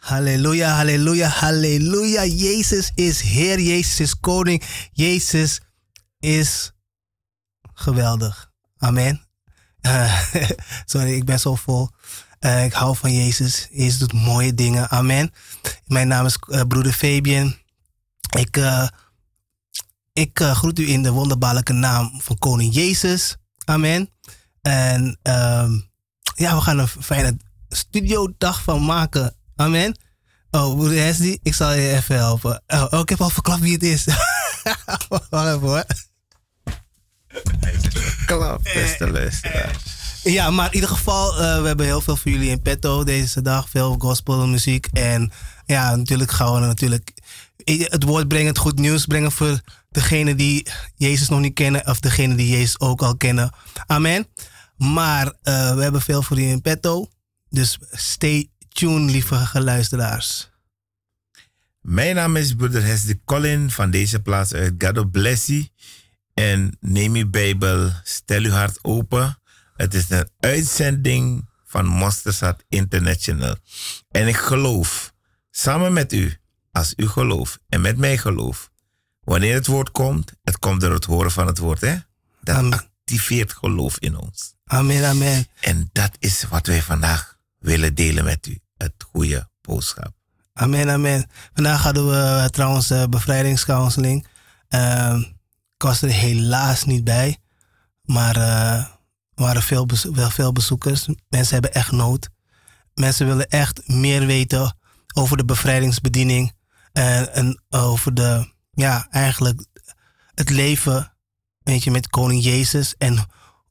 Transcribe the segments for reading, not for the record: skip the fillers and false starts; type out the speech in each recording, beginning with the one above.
Halleluja, halleluja, halleluja. Jezus is Heer, Jezus is Koning, Jezus is geweldig. Amen. Sorry, ik ben zo vol. Ik hou van Jezus. Jezus doet mooie dingen. Amen. Mijn naam is broeder Fabian. Ik groet u in de wonderbaarlijke naam van Koning Jezus. Amen. En we gaan een fijne studiodag van maken. Amen. Oh, broeder Hesdy, ik zal je even helpen. Oh, ik heb al verklapt wie het is. Wacht even hoor. Klap, beste luisteraar. Ja, maar in ieder geval, we hebben heel veel voor jullie in petto deze dag. Veel gospelmuziek. En ja, natuurlijk gaan we het woord brengen, het goed nieuws brengen voor degenen die Jezus nog niet kennen. Of degenen die Jezus ook al kennen. Amen. Maar we hebben veel voor jullie in petto. Dus stay tuned, lieve luisteraars. Mijn naam is broeder Hesdy Colin van deze plaats uit. God bless you. En neem uw Bijbel, stel uw hart open. Het is een uitzending van Mosterdzaad International. En ik geloof, samen met u, als u gelooft en met mij geloof, wanneer het woord komt, het komt door het horen van het woord. Hè? Dat activeert geloof in ons. Amen, amen. En dat is wat wij vandaag willen delen met u. Het goede boodschap. Amen, amen. Vandaag hadden we trouwens bevrijdingscounseling. Ik was er helaas niet bij. Maar er waren wel veel bezoekers. Mensen hebben echt nood. Mensen willen echt meer weten over de bevrijdingsbediening. En over eigenlijk het leven, weet je, met Koning Jezus. En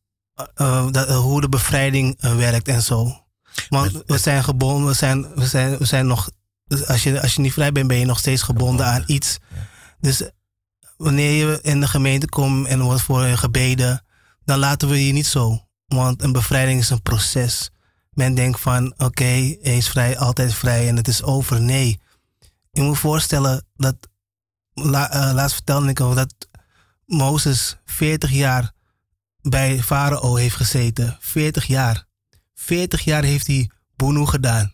hoe de bevrijding werkt en zo. Want we zijn gebonden, we zijn nog... Als je niet vrij bent, ben je nog steeds gebonden aan iets. Dus wanneer je in de gemeente komt en er wordt voor je gebeden, dan laten we je niet zo. Want een bevrijding is een proces. Men denkt van, oké, eens vrij, altijd vrij en het is over. Nee. Je moet voorstellen dat, laatst vertelde ik al, dat Mozes 40 jaar bij Farao heeft gezeten. 40 jaar. 40 jaar heeft hij boenu gedaan.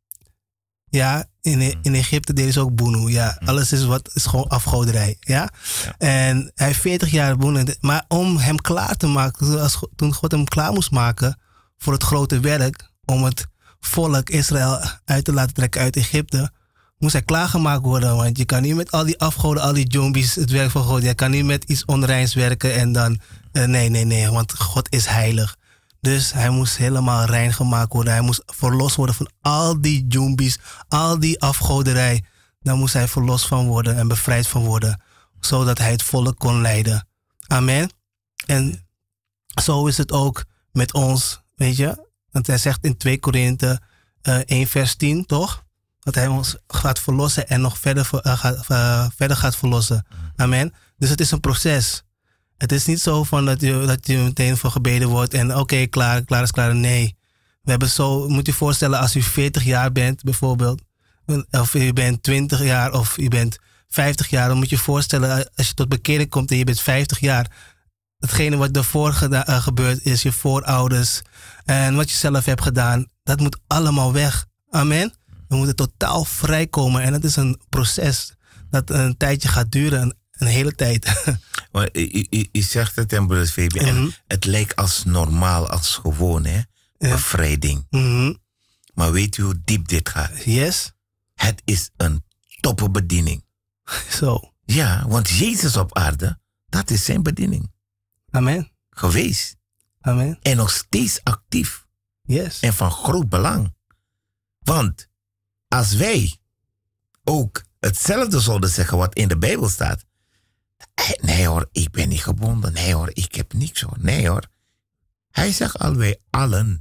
Ja, in Egypte deden ze ook boenu. Ja, alles is gewoon afgoderij. Ja? En hij heeft 40 jaar boenu. Maar om hem klaar te maken, toen God hem klaar moest maken voor het grote werk, om het volk Israël uit te laten trekken uit Egypte, moest hij klaargemaakt worden. Want je kan niet met al die afgoden, al die zombies het werk van God. Je kan niet met iets onreins werken en dan... Nee, want God is heilig. Dus hij moest helemaal rein gemaakt worden. Hij moest verlost worden van al die zombies, al die afgoderij. Daar moest hij verlost van worden en bevrijd van worden. Zodat hij het volk kon leiden. Amen. En zo is het ook met ons, weet je. Want hij zegt in 2 Korinthe 1 vers 10, toch? Dat hij ons gaat verlossen en nog verder gaat verlossen. Amen. Dus het is een proces. Het is niet zo van dat je meteen voor gebeden wordt en oké, klaar is klaar. Nee. We hebben moet je voorstellen, als u 40 jaar bent bijvoorbeeld, of je bent 20 jaar of je bent 50 jaar, dan moet je voorstellen, als je tot bekering komt en je bent 50 jaar, hetgene wat daarvoor gebeurd is, je voorouders en wat je zelf hebt gedaan, dat moet allemaal weg. Amen. We moeten totaal vrijkomen en het is een proces dat een tijdje gaat duren, een hele tijd. Maar u zegt het, en broeder Fabian, en het lijkt als normaal, als gewoon, hè? Bevrijding. Maar weet u hoe diep dit gaat? Yes. Het is een toppenbediening. Zo. Ja, want Jezus op aarde, dat is zijn bediening. Amen. Geweest. Amen. En nog steeds actief. Yes. En van groot belang. Want als wij ook hetzelfde zouden zeggen wat in de Bijbel staat. Nee hoor, ik ben niet gebonden. Nee hoor, ik heb niks hoor. Nee hoor. Hij zegt al, wij allen.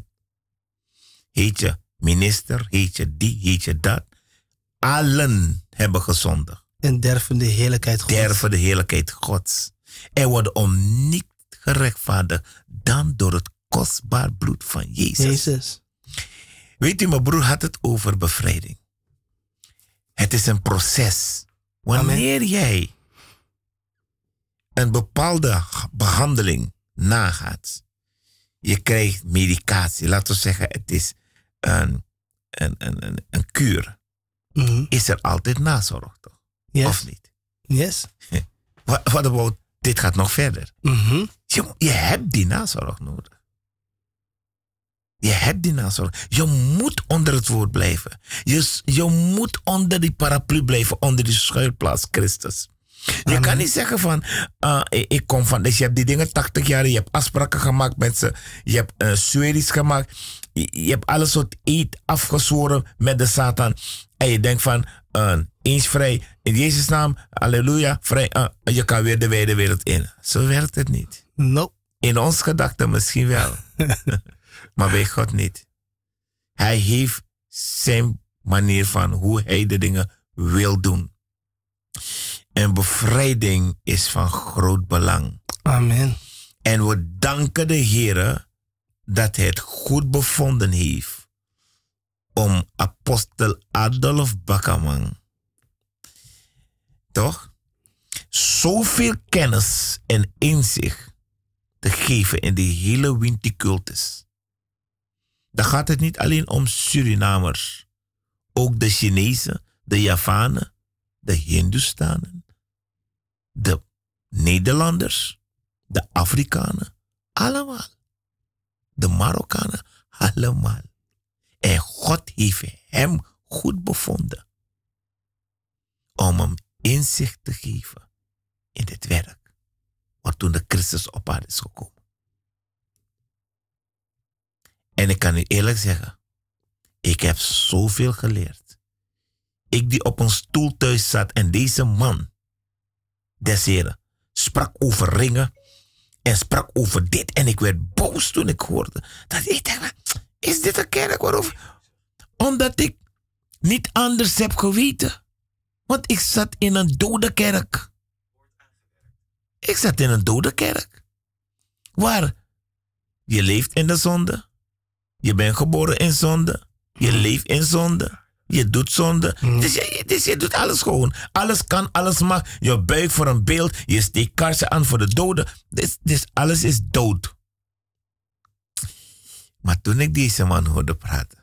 Heet je minister, heet je die, heet je dat. Allen hebben gezondigd. En derven de heerlijkheid Gods. Derven de heerlijkheid Gods. En worden om niet gerechtvaardigd dan door het kostbaar bloed van Jezus. Weet u, mijn broer had het over bevrijding. Het is een proces. Wanneer jij een bepaalde behandeling nagaat, je krijgt medicatie. Laten we zeggen, het is een een kuur, is er altijd nazorg, toch? Yes. Of niet? Yes. Wat about, dit gaat nog verder. Je hebt die nazorg nodig. Je hebt die nazorg. Je moet onder het woord blijven. Je moet onder die paraplu blijven, onder die schuilplaats Christus. Je kan niet zeggen van, ik kom van, dus je hebt die dingen 80 jaar, je hebt afspraken gemaakt met ze, je hebt series gemaakt, je hebt alles soort eet afgezworen met de Satan. En je denkt van, eens vrij, in Jezus naam, halleluja, vrij, je kan weer de wijde wereld in. Zo werkt het niet. Nope. In ons gedachten misschien wel, maar bij God niet. Hij heeft zijn manier van hoe hij de dingen wil doen. En bevrijding is van groot belang. Amen. En we danken de Heer dat hij het goed bevonden heeft om apostel Adolf Bakaman, toch, zoveel kennis en inzicht te geven in de hele Winti-cultus. Dan gaat het niet alleen om Surinamers. Ook de Chinezen, de Javanen, de Hindustanen, de Nederlanders, de Afrikanen, allemaal. De Marokkanen, allemaal. En God heeft hem goed bevonden om hem inzicht te geven in dit werk, waar toen de Christus op aarde is gekomen. En ik kan u eerlijk zeggen, ik heb zoveel geleerd. Ik die op een stoel thuis zat en deze man des Heren sprak over ringen en sprak over dit. En ik werd boos toen ik hoorde dat ik dacht, is dit een kerk waarover? Omdat ik niet anders heb geweten. Want ik zat in een dode kerk. Ik zat in een dode kerk. Waar je leeft in de zonde. Je bent geboren in zonde. Je leeft in zonde. Je doet zonde. Dus je doet alles gewoon. Alles kan, alles mag. Je buigt voor een beeld. Je steekt kaarsen aan voor de doden. Dus alles is dood. Maar toen ik deze man hoorde praten.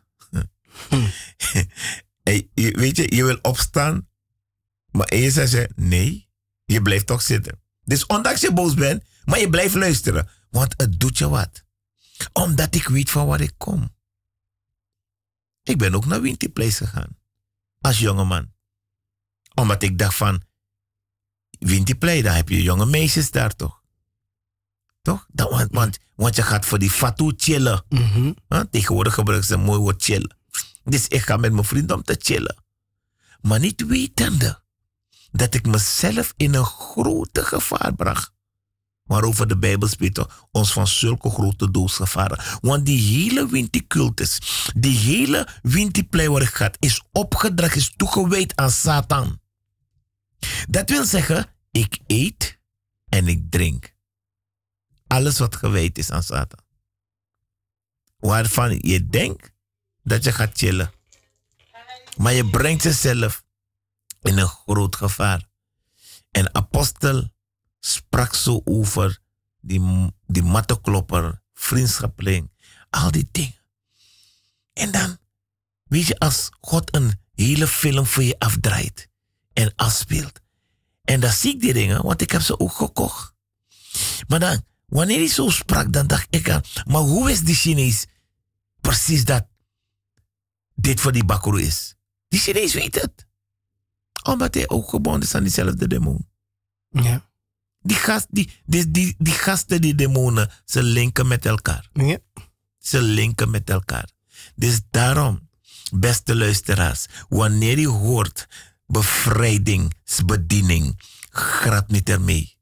Weet je, je wil opstaan. Maar eerst zei nee, je blijft toch zitten. Dus ondanks je boos bent, maar je blijft luisteren. Want het doet je wat. Omdat ik weet van waar ik kom. Ik ben ook naar Winti Place gegaan. Als jongeman. Omdat ik dacht van, Winti Place, daar heb je jonge meisjes daar toch. Toch? Want je gaat voor die fatu chillen. Tegenwoordig gebruiken ze een mooi woord chillen. Dus ik ga met mijn vrienden om te chillen. Maar niet wetende dat ik mezelf in een grote gevaar bracht. Waarover de Bijbel spreekt, ons van zulke grote doodsgevaren. Want die hele Winti-cultus, die hele Winti-plei waar ik ga, is opgedragen, is toegewijd aan Satan. Dat wil zeggen, ik eet en ik drink. Alles wat gewijd is aan Satan. Waarvan je denkt dat je gaat chillen. Maar je brengt jezelf in een groot gevaar. En apostel sprak zo over die mattenklopper, vriendschapling, al die dingen. En dan, weet je, als God een hele film voor je afdraait en afspeelt. En dan zie ik die dingen, want ik heb ze ook gekocht. Maar dan, wanneer hij zo sprak, dan dacht ik aan, maar hoe is die Chinees precies dat dit voor die bakuru is? Die Chinees weet het. Omdat hij ook gebonden is aan diezelfde demon. Ja. Die gasten, die demonen, ze linken met elkaar. Ja. Ze linken met elkaar. Dus daarom, beste luisteraars, wanneer je hoort bevrijdingsbediening, grap niet ermee.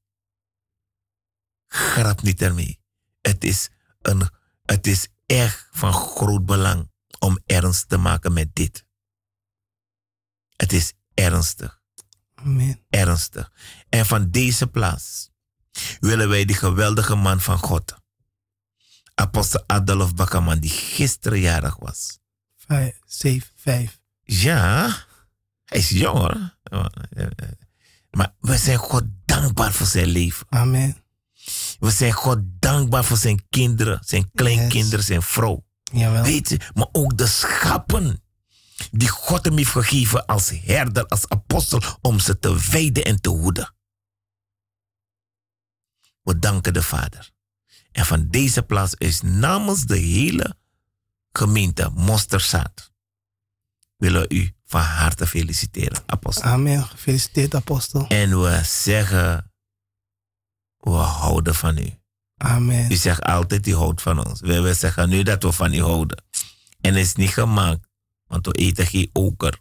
Grap niet ermee. Het is echt van groot belang om ernst te maken met dit. Het is ernstig. Amen. Ernstig. En van deze plaats willen wij die geweldige man van God, apostel Adolf Bakaman, die gisteren jarig was. 5. Ja, hij is jong hoor. Maar we zijn God dankbaar voor zijn leven. Amen. We zijn God dankbaar voor zijn kinderen, zijn kleinkinderen, zijn vrouw. Jawel. Weet je, maar ook de schapen die God hem heeft gegeven als herder, als apostel, om ze te wijden en te hoeden. We danken de Vader. En van deze plaats is namens de hele gemeente Mosterzaad willen we u van harte feliciteren, apostel. Amen. Gefeliciteerd, apostel. En we zeggen, we houden van u. Amen. U zegt altijd, u houdt van ons. We zeggen nu dat we van u houden. En het is niet gemaakt, want we eten geen oker.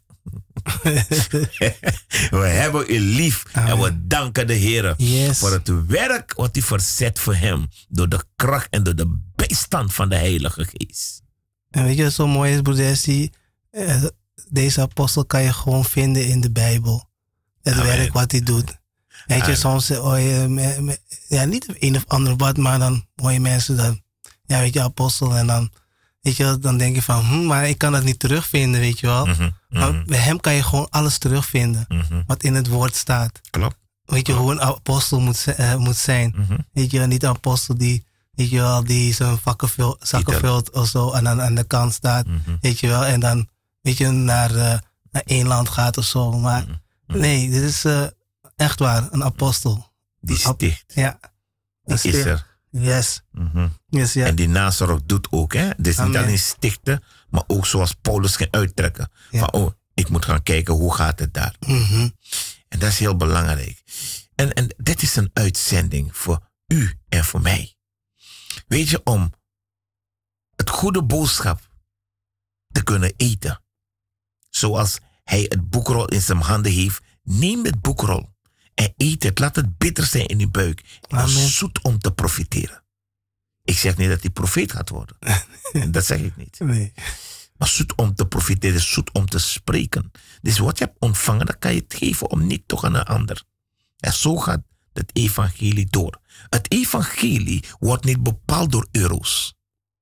We hebben u lief. Amen. En we danken de Heer voor het werk wat u verzet voor hem. Door de kracht en door de bijstand van de Heilige Geest. En weet je wat zo mooi is, broeder Essie? Deze apostel kan je gewoon vinden in de Bijbel. Het Amen. werk wat hij doet. Weet je, soms hoor je, ja, niet een of ander wat, maar dan hoor je mensen dan, ja, weet je, apostel. En dan, weet je, dan denk je van, maar ik kan dat niet terugvinden, weet je wel. Maar bij hem kan je gewoon alles terugvinden, wat in het woord staat. Klopt. Weet je, hoe een apostel moet zijn. Weet je, niet een apostel die, weet je wel, die zijn zakken vult of zo en aan de kant staat, weet je wel. En dan, weet je, naar één land gaat of zo. Maar nee, dit is echt waar, een apostel. Die sticht. Ja. Die is er. Yes. Yes, ja. En die nazorg doet ook, hè. Dus niet alleen stichten, maar ook zoals Paulus ging uittrekken. Ja. Van, oh, ik moet gaan kijken, hoe gaat het daar? En dat is heel belangrijk. En dit is een uitzending voor u en voor mij. Weet je, om het goede boodschap te kunnen eten. Zoals hij het boekrol in zijn handen heeft. Neem het boekrol en eet het. Laat het bitter zijn in uw buik. En zoet om te profiteren. Ik zeg niet dat hij profeet gaat worden. Dat zeg ik niet. Nee. Maar zoet om te profiteren, zoet om te spreken. Dus wat je hebt ontvangen, dan kan je het geven om niet toch aan een ander. En zo gaat het evangelie door. Het evangelie wordt niet bepaald door euro's.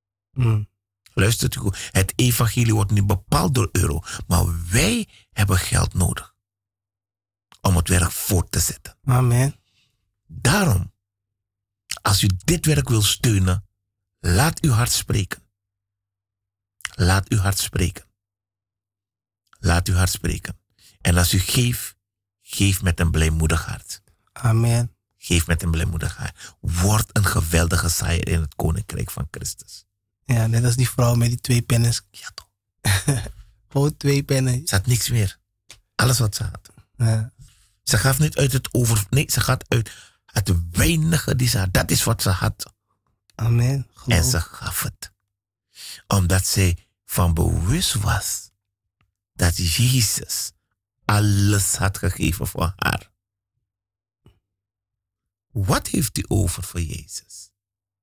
Luistert u goed. Het evangelie wordt niet bepaald door euro. Maar wij hebben geld nodig. Om het werk voort te zetten. Amen. Daarom, als u dit werk wil steunen, laat uw hart spreken. Laat uw hart spreken. Laat uw hart spreken. En als u geeft, geef met een blijmoedig hart. Amen. Geef met een blijmoedig hart. Word een geweldige zaaier in het koninkrijk van Christus. Ja, net als die vrouw met die 2 pennes. Ja toch. Gewoon 2 pennen. Ze had niks meer. Alles wat ze had. Ja. Ze gaf niet uit het over... Nee, ze gaat uit het weinige die ze had. Dat is wat ze had. Amen. Geloof. En ze gaf het. Omdat zij van bewust was dat Jezus alles had gegeven voor haar. Wat heeft u over voor Jezus?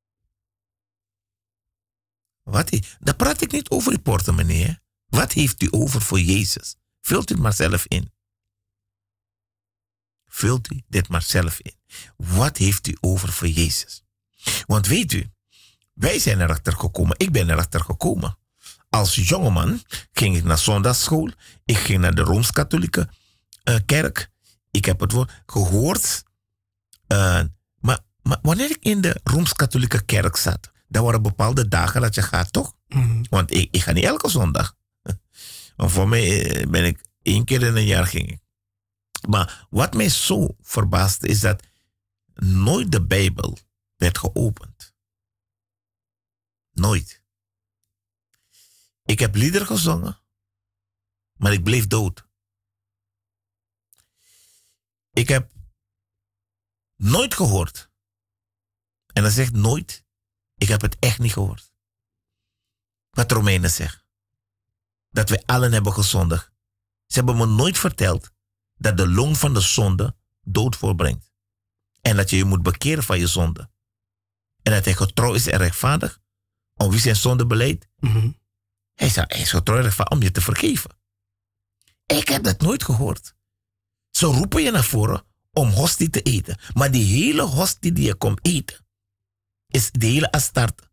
Daar praat ik niet over uw portemonnee. Hè? Wat heeft u over voor Jezus? Vult u het maar zelf in. Vult u dit maar zelf in. Wat heeft u over voor Jezus? Want weet u, wij zijn erachter gekomen. Ik ben erachter gekomen. Als jongeman ging ik naar zondagsschool. Ik ging naar de Rooms-Katholieke kerk. Ik heb het woord gehoord. Maar wanneer ik in de Rooms-Katholieke kerk zat, dan waren bepaalde dagen dat je gaat, toch? Want ik ga niet elke zondag. Maar voor mij ben ik 1 keer in een jaar ging ik. Maar wat mij zo verbaasde is dat nooit de Bijbel werd geopend. Nooit. Ik heb liederen gezongen, maar ik bleef dood. Ik heb nooit gehoord. En dan zegt nooit, ik heb het echt niet gehoord. Wat Romeinen zegt. Dat wij allen hebben gezondigd. Ze hebben me nooit verteld dat de loon van de zonde dood voorbrengt. En dat je je moet bekeren van je zonde. En dat hij getrouw is en rechtvaardig om wie zijn zonde beleid. Hij is getrouw en rechtvaardig om je te vergeven. Ik heb dat nooit gehoord. Ze roepen je naar voren om hostie te eten. Maar die hele hostie die je komt eten, is de hele astarte.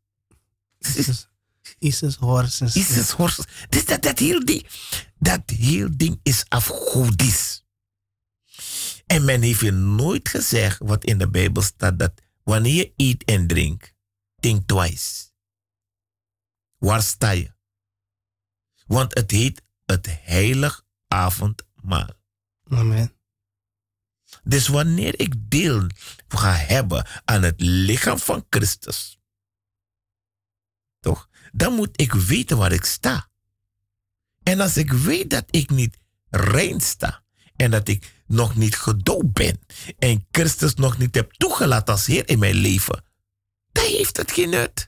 Isis horses. Isis horses. Dus dat heel ding is afgodisch. En men heeft je nooit gezegd wat in de Bijbel staat, dat wanneer je eet en drinkt, think twice. Waar sta je? Want het heet het heilig avondmaal. Amen. Dus wanneer ik deel ga hebben aan het lichaam van Christus, toch? Dan moet ik weten waar ik sta. En als ik weet dat ik niet rein sta en dat ik nog niet gedoopt ben en Christus nog niet heb toegelaten als Heer in mijn leven, dan heeft het geen nut.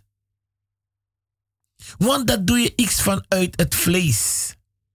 Want dat doe je iets vanuit het vlees.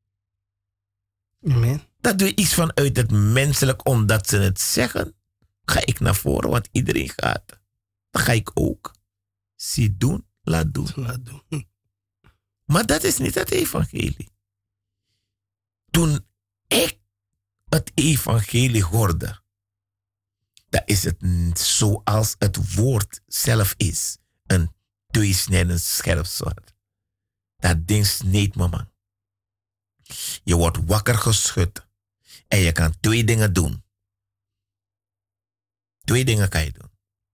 Amen. Dat doe je iets vanuit het menselijk, omdat ze het zeggen. Ga ik naar voren, want iedereen gaat. Dan ga ik ook. Zie doen, laat doen. Laat doen. Maar dat is niet het evangelie. Toen ik het evangelie hoorde, dan is het zoals het woord zelf is. Een tweesnijdend scherp zwaard. Dat ding sneed me, man. Je wordt wakker geschud. En je kan 2 dingen doen. 2 dingen kan je doen.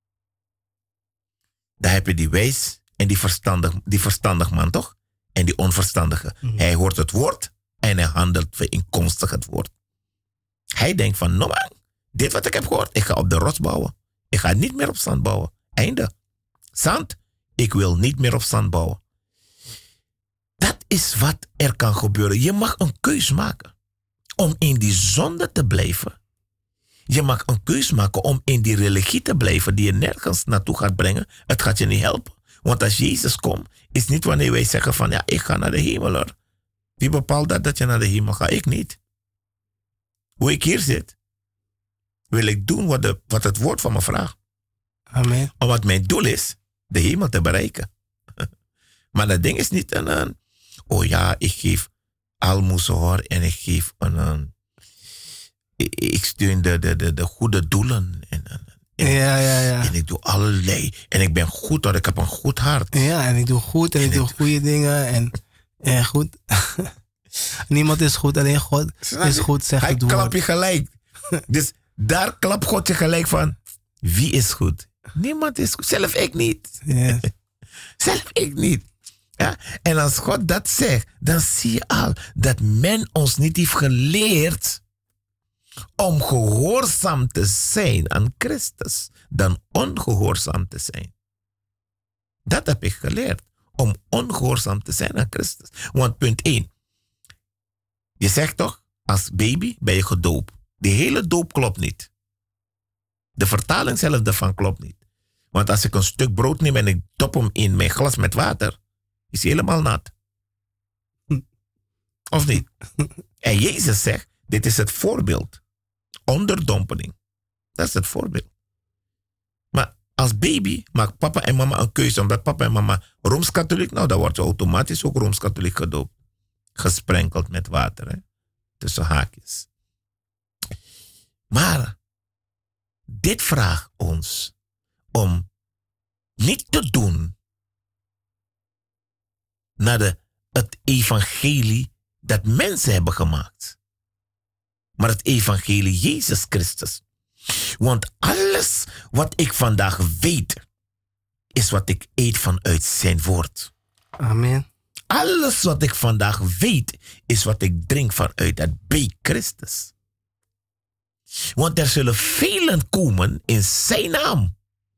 Dan heb je die wijs en die verstandig man, toch? En die onverstandige. Hij hoort het woord en hij handelt verinkomstig het woord. Hij denkt van, no man, dit wat ik heb gehoord, ik ga op de rots bouwen. Ik ga niet meer op zand bouwen. Einde. Zand, ik wil niet meer op zand bouwen. Dat is wat er kan gebeuren. Je mag een keus maken om in die zonde te blijven. Je mag een keus maken om in die religie te blijven die je nergens naartoe gaat brengen. Het gaat je niet helpen. Want als Jezus komt, is niet wanneer wij zeggen van ja, ik ga naar de hemel hoor. Wie bepaalt dat je naar de hemel gaat? Ik niet. Hoe ik hier zit, wil ik doen wat het woord van me vraagt. Amen. Omdat mijn doel is de hemel te bereiken. Maar dat ding is niet oh ja, ik geef almoezen hoor en ik geef ik steun de goede doelen. En ik doe allerlei. En ik ben goed hoor, ik heb een goed hart. Ja, en ik doe goed en ik doe goede dingen. En goed. Niemand is goed, alleen God is goed, zegt het woord. Hij klap je gelijk. Dus daar klap God je gelijk van. Wie is goed? Niemand is goed. Zelf ik niet. Yes. Zelf ik niet. Ja? En als God dat zegt, dan zie je al dat men ons niet heeft geleerd om gehoorzaam te zijn aan Christus dan ongehoorzaam te zijn. Dat heb ik geleerd. Om ongehoorzaam te zijn aan Christus. Want punt 1. Je zegt toch, als baby ben je gedoopt. De hele doop klopt niet. De vertaling zelf daarvan klopt niet. Want als ik een stuk brood neem en ik dop hem in mijn glas met water, is hij helemaal nat. Of niet? En Jezus zegt, dit is het voorbeeld. Onderdompeling. Dat is het voorbeeld. Maar als baby maakt papa en mama een keuze. Omdat papa en mama Rooms-Katholiek, nou dan word je automatisch ook Rooms-Katholiek gedoopt. Gesprenkeld met water. Hè? Tussen haakjes. Maar dit vraagt ons om niet te doen naar het evangelie dat mensen hebben gemaakt. Maar het evangelie Jezus Christus. Want alles wat ik vandaag weet, is wat ik eet vanuit zijn woord. Amen. Alles wat ik vandaag weet, is wat ik drink vanuit het beek Christus. Want er zullen velen komen in zijn naam.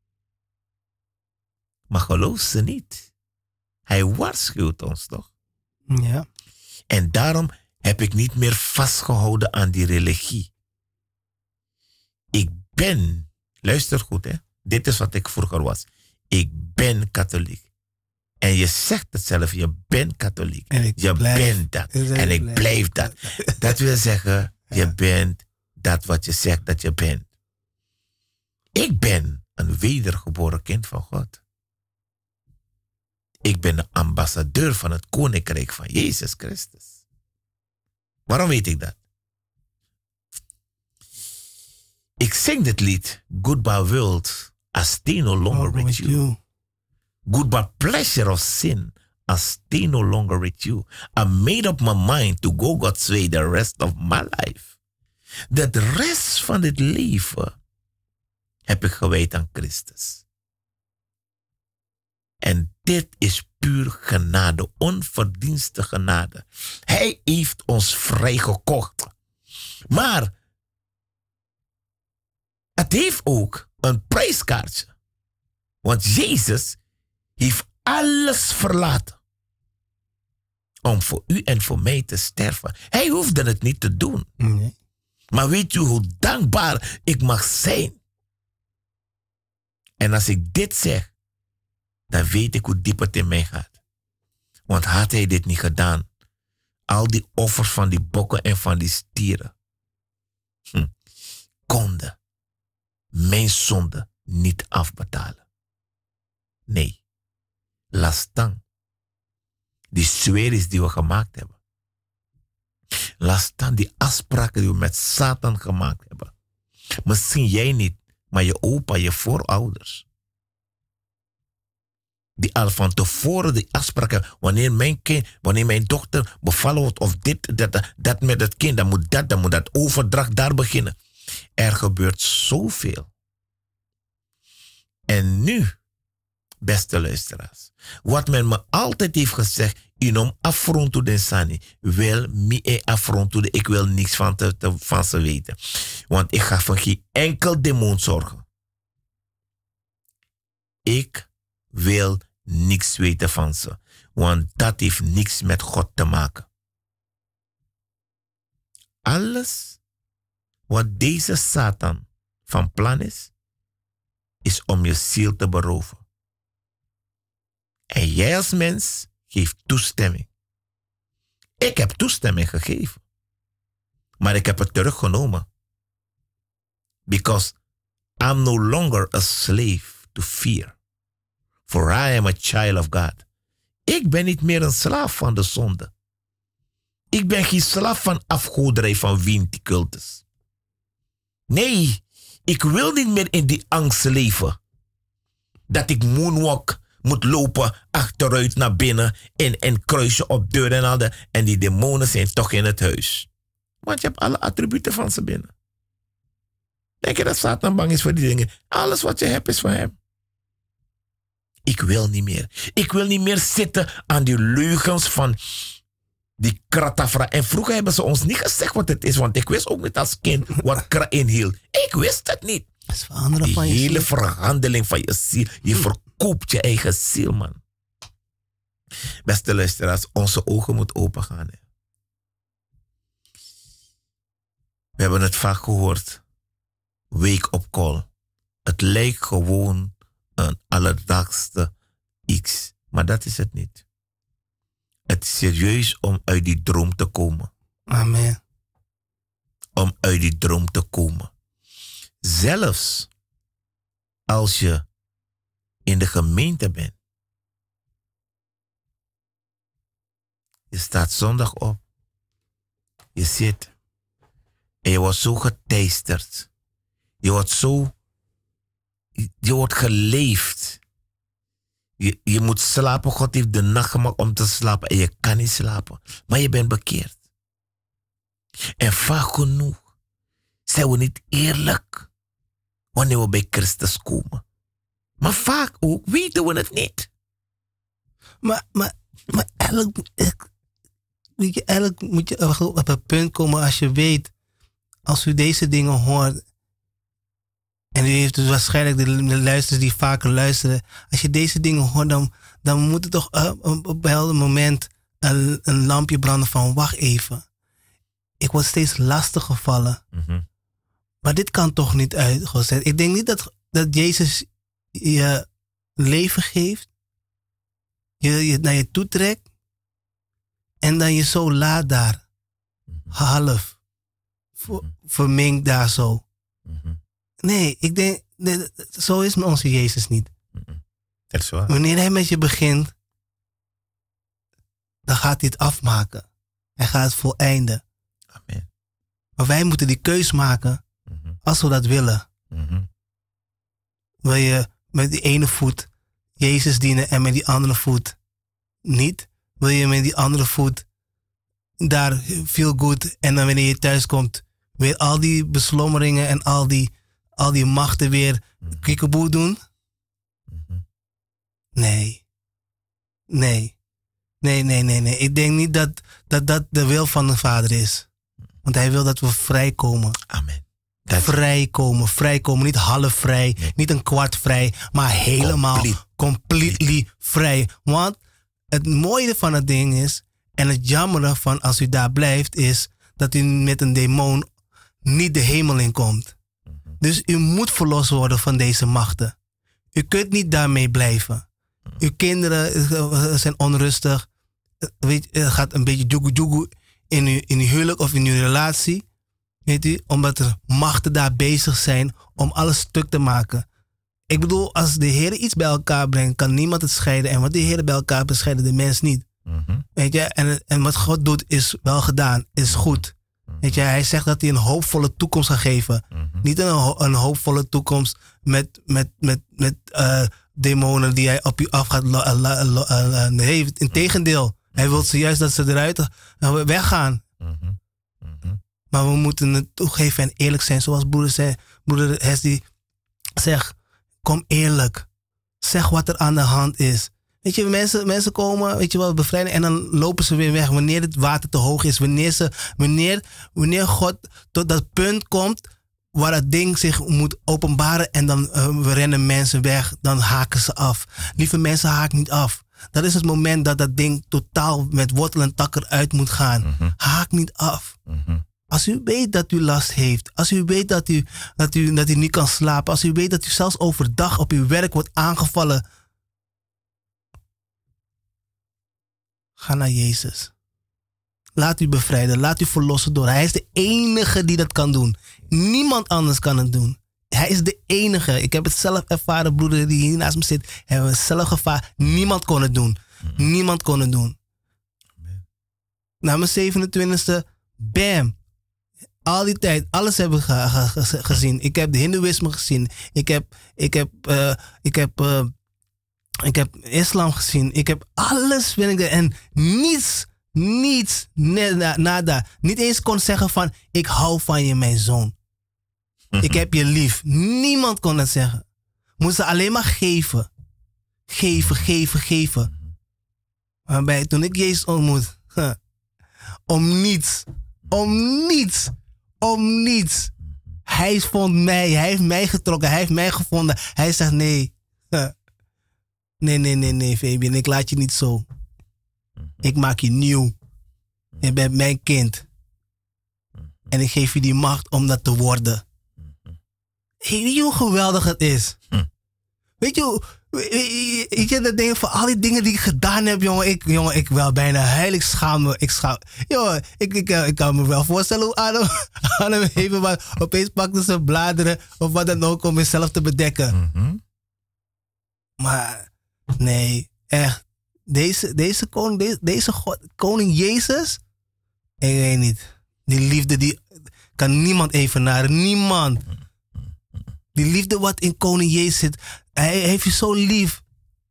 Maar geloof ze niet. Hij waarschuwt ons toch? Ja. En daarom heb ik niet meer vastgehouden aan die religie. Ik ben, luister goed hè, dit is wat ik vroeger was. Ik ben katholiek. En je zegt het zelf, je bent katholiek. Je bent dat. En ik blijf dat. Dat wil zeggen, je bent dat wat je zegt dat je bent. Ik ben een wedergeboren kind van God. Ik ben de ambassadeur van het koninkrijk van Jezus Christus. Waarom weet ik dat? Ik zing dit lied, Goodbye World, I stay no longer with you. Goodbye pleasure of sin, I stay no longer with you. I made up my mind to go God's way the rest of my life. De rest van dit leven heb ik gewijd aan Christus. En dit is puur genade, onverdienste genade. Hij heeft ons vrijgekocht. Maar het heeft ook een prijskaartje. Want Jezus heeft alles verlaten om voor u en voor mij te sterven. Hij hoefde het niet te doen. Nee. Maar weet u hoe dankbaar ik mag zijn? En als ik dit zeg, dan weet ik hoe diep het in mij gaat. Want had hij dit niet gedaan, al die offers van die bokken en van die stieren, konden mijn zonde niet afbetalen. Nee, lastan. Die zweeris die we gemaakt hebben. Lastan die afspraken die we met Satan gemaakt hebben. Misschien jij niet, maar je opa, je voorouders. Die al van tevoren die afspraken, wanneer mijn dochter bevallen wordt of dit, dat met het kind, dan moet dat overdracht daar beginnen. Er gebeurt zoveel. En nu, beste luisteraars, wat men me altijd heeft gezegd, inom affronto den sani, wel mi affronto de, ik wil niks van ze weten. Want ik ga van geen enkel demon zorgen. Ik wil niks weten van ze, want dat heeft niks met God te maken. Alles wat deze Satan van plan is om je ziel te beroven. En jij als mens geeft toestemming. Ik heb toestemming gegeven. Maar ik heb het teruggenomen. Because I'm no longer a slave to fear. For I am a child of God. Ik ben niet meer een slaaf van de zonde. Ik ben geen slaaf van afgoderij van winticultus. Nee, ik wil niet meer in die angst leven. Dat ik moonwalk moet lopen achteruit naar binnen en kruisje op deur en al dat. En die demonen zijn toch in het huis. Want je hebt alle attributen van ze binnen. Denk je dat Satan bang is voor die dingen? Alles wat je hebt is van hem. Ik wil niet meer. Ik wil niet meer zitten aan die leugens van die kratafra. En vroeger hebben ze ons niet gezegd wat het is. Want ik wist ook niet als kind wat kra inhield. Ik wist het niet. Dat is veranderen die van je hele ziel. verhandeling van je ziel. Je verkoopt je eigen ziel, man. Beste luisteraars, onze ogen moeten open gaan. Hè. We hebben het vaak gehoord. Wake-up call. Het lijkt gewoon een alledaagse iets. Maar dat is het niet. Het is serieus om uit die droom te komen. Amen. Om uit die droom te komen. Zelfs als je in de gemeente bent. Je staat zondag op. Je zit. En je wordt zo geteisterd. Je wordt geleefd. Je moet slapen. God heeft de nacht gemaakt om te slapen. En je kan niet slapen. Maar je bent bekeerd. En vaak genoeg zijn we niet eerlijk wanneer we bij Christus komen. Maar vaak ook weten we het niet. Maar eigenlijk moet je op het punt komen als je weet, als u deze dingen hoort, en u heeft dus waarschijnlijk de luisteraars die vaker luisteren, als je deze dingen hoort, dan moet er toch op een bepaald moment een lampje branden van wacht even. Ik word steeds lastig gevallen. Mm-hmm. Maar dit kan toch niet uitgezet. Ik denk niet dat Jezus je leven geeft, je naar je toe trekt en dan je zo laat daar, half, verminkt daar zo. Mm-hmm. Nee, ik denk, zo is onze Jezus niet. Mm-hmm. Dat is waar. Wanneer hij met je begint, dan gaat hij het afmaken. Hij gaat het voleinden. Amen. Maar wij moeten die keus maken, als we dat willen. Mm-hmm. Wil je met die ene voet Jezus dienen en met die andere voet niet? Wil je met die andere voet daar feel good en dan wanneer je thuis komt weer al die beslommeringen en al die machten weer kiekeboe doen? Mm-hmm. Nee. Nee. Nee. Ik denk niet dat de wil van de Vader is. Want hij wil dat we vrijkomen. Amen. Vrijkomen. Niet half vrij, niet een kwart vrij, maar helemaal completely vrij. Want het mooie van het ding is, en het jammere van als u daar blijft, is dat u met een demon niet de hemel in komt. Dus u moet verlost worden van deze machten. U kunt niet daarmee blijven. Uw kinderen zijn onrustig. Weet, het gaat een beetje joegu in uw huwelijk of in uw relatie. Weet u, omdat er machten daar bezig zijn om alles stuk te maken. Ik bedoel, als de Heer iets bij elkaar brengt, kan niemand het scheiden. En wat de Heer bij elkaar brengt, scheiden de mens niet. Weet je, en wat God doet is wel gedaan, is goed. Weet je, hij zegt dat hij een hoopvolle toekomst gaat geven. Niet een hoopvolle toekomst met demonen die hij op u af gaat nee, integendeel. Hij wil juist dat ze eruit weggaan. Maar we moeten het toegeven en eerlijk zijn. Zoals broeder Hesdy zegt, kom eerlijk. Zeg wat er aan de hand is. Weet je, mensen komen, weet je wel, bevrijden en dan lopen ze weer weg. Wanneer het water te hoog is. Wanneer God tot dat punt komt waar het ding zich moet openbaren en dan rennen mensen weg. Dan haken ze af. Lieve mensen, haak niet af. Dat is het moment dat dat ding totaal met wortel en tak eruit moet gaan. Haak niet af. Als u weet dat u last heeft. Als u weet dat u niet kan slapen. Als u weet dat u zelfs overdag op uw werk wordt aangevallen. Ga naar Jezus. Laat u bevrijden. Laat u verlossen door. Hij is de enige die dat kan doen. Niemand anders kan het doen. Hij is de enige. Ik heb het zelf ervaren, broeder die hier naast me zit. Hebben we zelf ervaren. Niemand kon het doen. Niemand kon het doen. Na mijn 27e, bam. Al die tijd, alles hebben we gezien. Ik heb de Hindoeïsme gezien. Ik heb islam gezien. Ik heb alles. En niets, nada. Niet eens kon zeggen van, ik hou van je, mijn zoon. Ik heb je lief. Niemand kon dat zeggen. Moesten alleen maar geven. Geven. Maar toen ik Jezus ontmoet, om niets. Hij vond mij, hij heeft mij getrokken, hij heeft mij gevonden. Hij zegt nee. Nee, Fabian, ik laat je niet zo. Ik maak je nieuw. Je bent mijn kind. En ik geef je die macht om dat te worden. Hey, weet je hoe geweldig het is? Weet je dat ding van al die dingen die ik gedaan heb, jongen, ik wel bijna huil, ik schaam me. Jongen, ik kan me wel voorstellen hoe Adam even, maar opeens pakte ze bladeren of wat dan ook om mezelf te bedekken. Maar nee, echt. Deze koning Jezus, ik weet niet. Die liefde die kan niemand evenaren. Niemand. Die liefde wat in koning Jezus zit. Hij heeft u zo lief.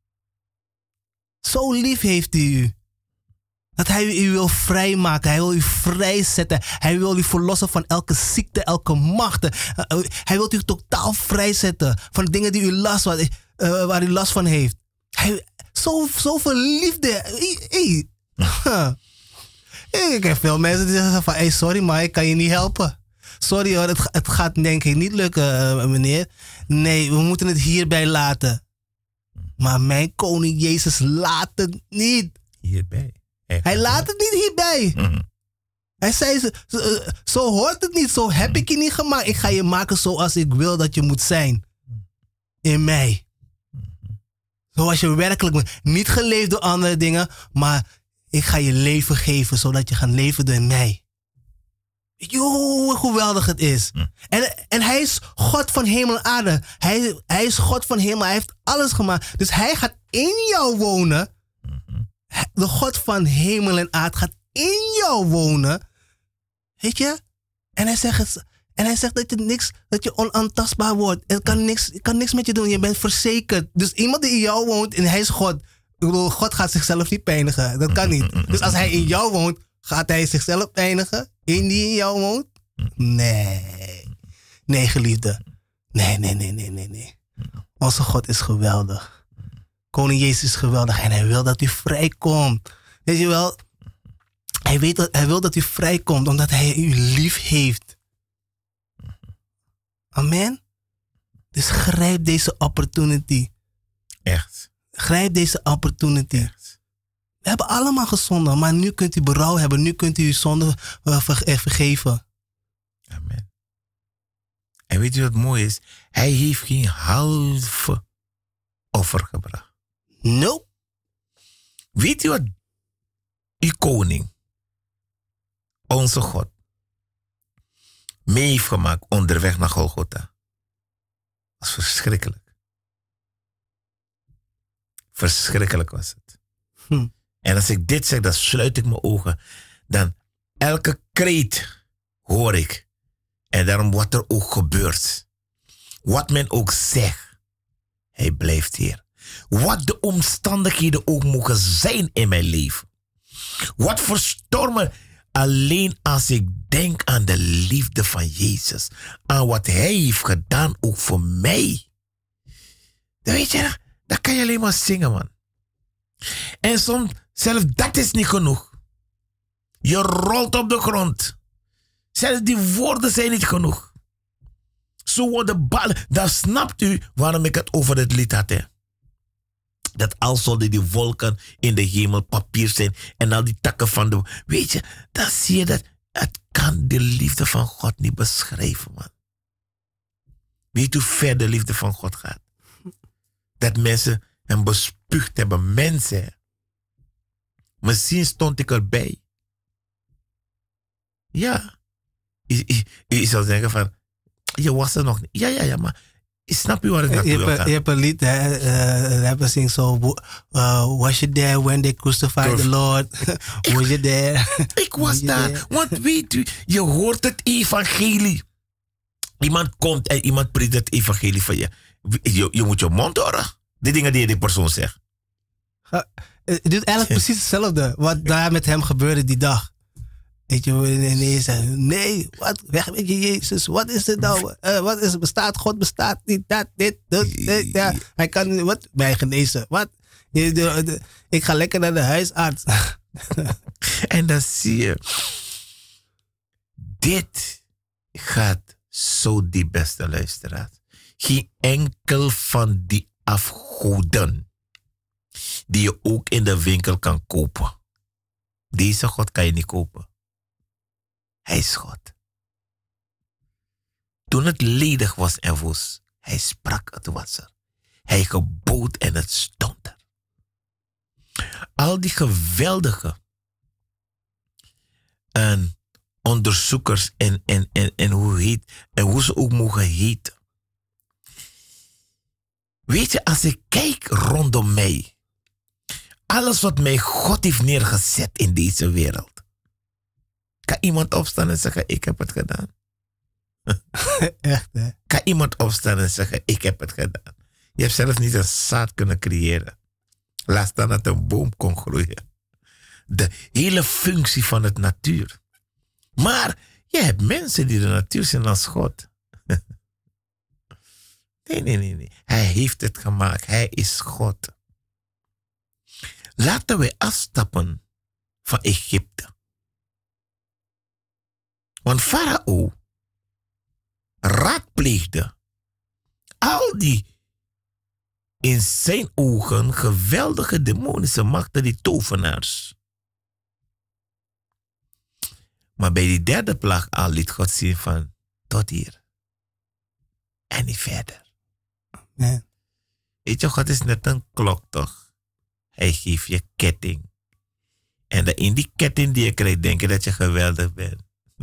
Zo lief heeft hij u. Dat hij u wil vrijmaken. Hij wil u vrijzetten. Hij wil u verlossen van elke ziekte, elke machten. Hij wil u totaal vrijzetten van de dingen die u waar u last van heeft. Zoveel liefde. Ik heb veel mensen die zeggen van, hey, sorry, maar ik kan je niet helpen. Sorry hoor, het gaat denk ik niet lukken, meneer. Nee, we moeten het hierbij laten. Maar mijn koning Jezus laat het niet. Hierbij? Hij laat het niet hierbij. Hij zei, zo hoort het niet. Zo heb ik je niet gemaakt. Ik ga je maken zoals ik wil dat je moet zijn. In mij. Zoals je werkelijk bent. Niet geleefd door andere dingen. Maar ik ga je leven geven. Zodat je gaat leven door mij. Hoe geweldig het is. En hij is God van hemel en aarde. Hij is God van hemel. Hij heeft alles gemaakt. Dus hij gaat in jou wonen. De God van hemel en aarde gaat in jou wonen. Weet je? En hij zegt dat je onaantastbaar wordt. Het kan niks met je doen. Je bent verzekerd. Dus iemand die in jou woont en hij is God. Ik bedoel, God gaat zichzelf niet pijnigen. Dat kan niet. Dus als hij in jou woont, gaat hij zichzelf pijnigen? Die in jou woont? Nee. Nee, geliefde. Nee. Onze God is geweldig. Koning Jezus is geweldig en hij wil dat u vrijkomt. Weet je wel? Hij wil dat u vrijkomt omdat hij u lief heeft. Amen. Dus grijp deze opportunity. Echt. Grijp deze opportunity. Echt. We hebben allemaal gezondigd, maar nu kunt u berouw hebben. Nu kunt u uw zonde vergeven. Amen. En weet je wat mooi is? Hij heeft geen halve offer gebracht. Nope. Weet je wat uw koning, onze God, mee heeft gemaakt onderweg naar Golgotha? Dat was verschrikkelijk. Verschrikkelijk was het. En als ik dit zeg, dan sluit ik mijn ogen. Dan elke kreet hoor ik. En daarom wat er ook gebeurt. Wat men ook zegt. Hij blijft hier. Wat de omstandigheden ook mogen zijn in mijn leven. Wat voor stormen. Alleen als ik denk aan de liefde van Jezus. Aan wat hij heeft gedaan ook voor mij. Dan weet je, dan kan je alleen maar zingen, man. En soms, zelfs dat is niet genoeg. Je rolt op de grond. Zelfs die woorden zijn niet genoeg. Zo worden ballen. Dan snapt u waarom ik het over het lied had. Hè? Dat al zouden die wolken in de hemel papier zijn. En al die takken van de... Weet je, dan zie je dat het kan de liefde van God niet beschrijven, man. Weet hoe ver de liefde van God gaat? Dat mensen hem bespuugd hebben. Mensen. Misschien stond ik erbij. Ja. Je zou zeggen van, je was er nog niet. Ja, maar snap je waar ik naartoe wil gaan? Je hebt een lied, rapper zingt zo, was je there when they crucified the Lord? Was je there? Ik was daar, want weet u, je hoort het evangelie. Iemand komt en iemand preekt het evangelie van je. Je moet je mond horen. Die dingen die die persoon zegt. Het doet eigenlijk precies hetzelfde wat daar met hem gebeurde die dag. Weet je, en je zegt, nee, wat, weg met je Jezus, wat is het nou? Wat is het, bestaat, God bestaat niet, dat, dit, ja. Hij kan wat, mij genezen, wat? Ik ga lekker naar de huisarts. En dan zie je, dit gaat zo diep, beste luisteraars. Geen enkel van die afgoden die je ook in de winkel kan kopen. Deze God kan je niet kopen. Hij is God. Toen het ledig was en woest, hij sprak, het was er. Hij gebood en het stond er. Al die geweldige onderzoekers en hoe ze ook mogen heten. Weet je, als ik kijk rondom mij, alles wat mij God heeft neergezet in deze wereld. Kan iemand opstaan en zeggen, ik heb het gedaan? Echt, hè? Kan iemand opstaan en zeggen, ik heb het gedaan? Je hebt zelfs niet een zaad kunnen creëren. Laat staan dat een boom kon groeien. De hele functie van het natuur. Maar je hebt mensen die de natuur zijn als God. Nee. Hij heeft het gemaakt. Hij is God. Laten we afstappen van Egypte. Want Farao raadpleegde al die in zijn ogen geweldige demonische machten, die tovenaars. Maar bij die derde plaag al liet God zien van tot hier. En niet verder. Nee. Weet je, God is net een klok toch? Hij geeft je ketting. En in die ketting die je krijgt, denk je dat je geweldig bent.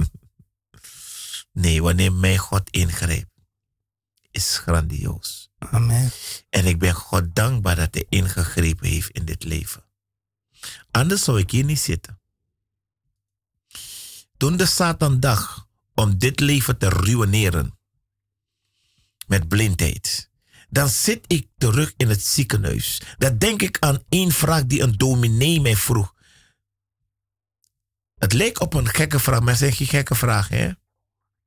Nee, wanneer mijn God ingrijpt, is grandioos. Amen. En ik ben God dankbaar dat hij ingegrepen heeft in dit leven. Anders zou ik hier niet zitten. Toen de Satan dacht om dit leven te ruïneren met blindheid, dan zit ik terug in het ziekenhuis. Dan denk ik aan één vraag die een dominee mij vroeg. Het leek op een gekke vraag, maar het is geen gekke vraag, hè?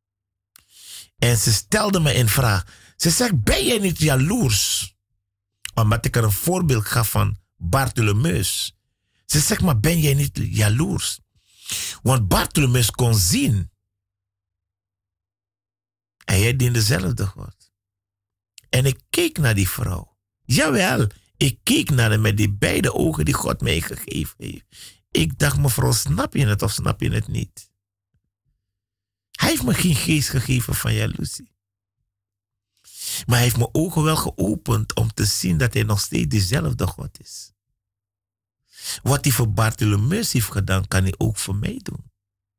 En ze stelde me een vraag. Ze zegt, ben jij niet jaloers Omdat ik er een voorbeeld gaf van Bartholomeus. Ze zegt, maar ben jij niet jaloers? Want Bartholomeus kon zien. En jij dient dezelfde God. En ik keek naar die vrouw. Jawel, ik keek naar hem met die beide ogen die God mij gegeven heeft. Ik dacht, mevrouw, snap je het of snap je het niet? Hij heeft me geen geest gegeven van jaloezie. Maar hij heeft mijn ogen wel geopend om te zien dat hij nog steeds dezelfde God is. Wat hij voor Bartholomeus heeft gedaan, kan hij ook voor mij doen.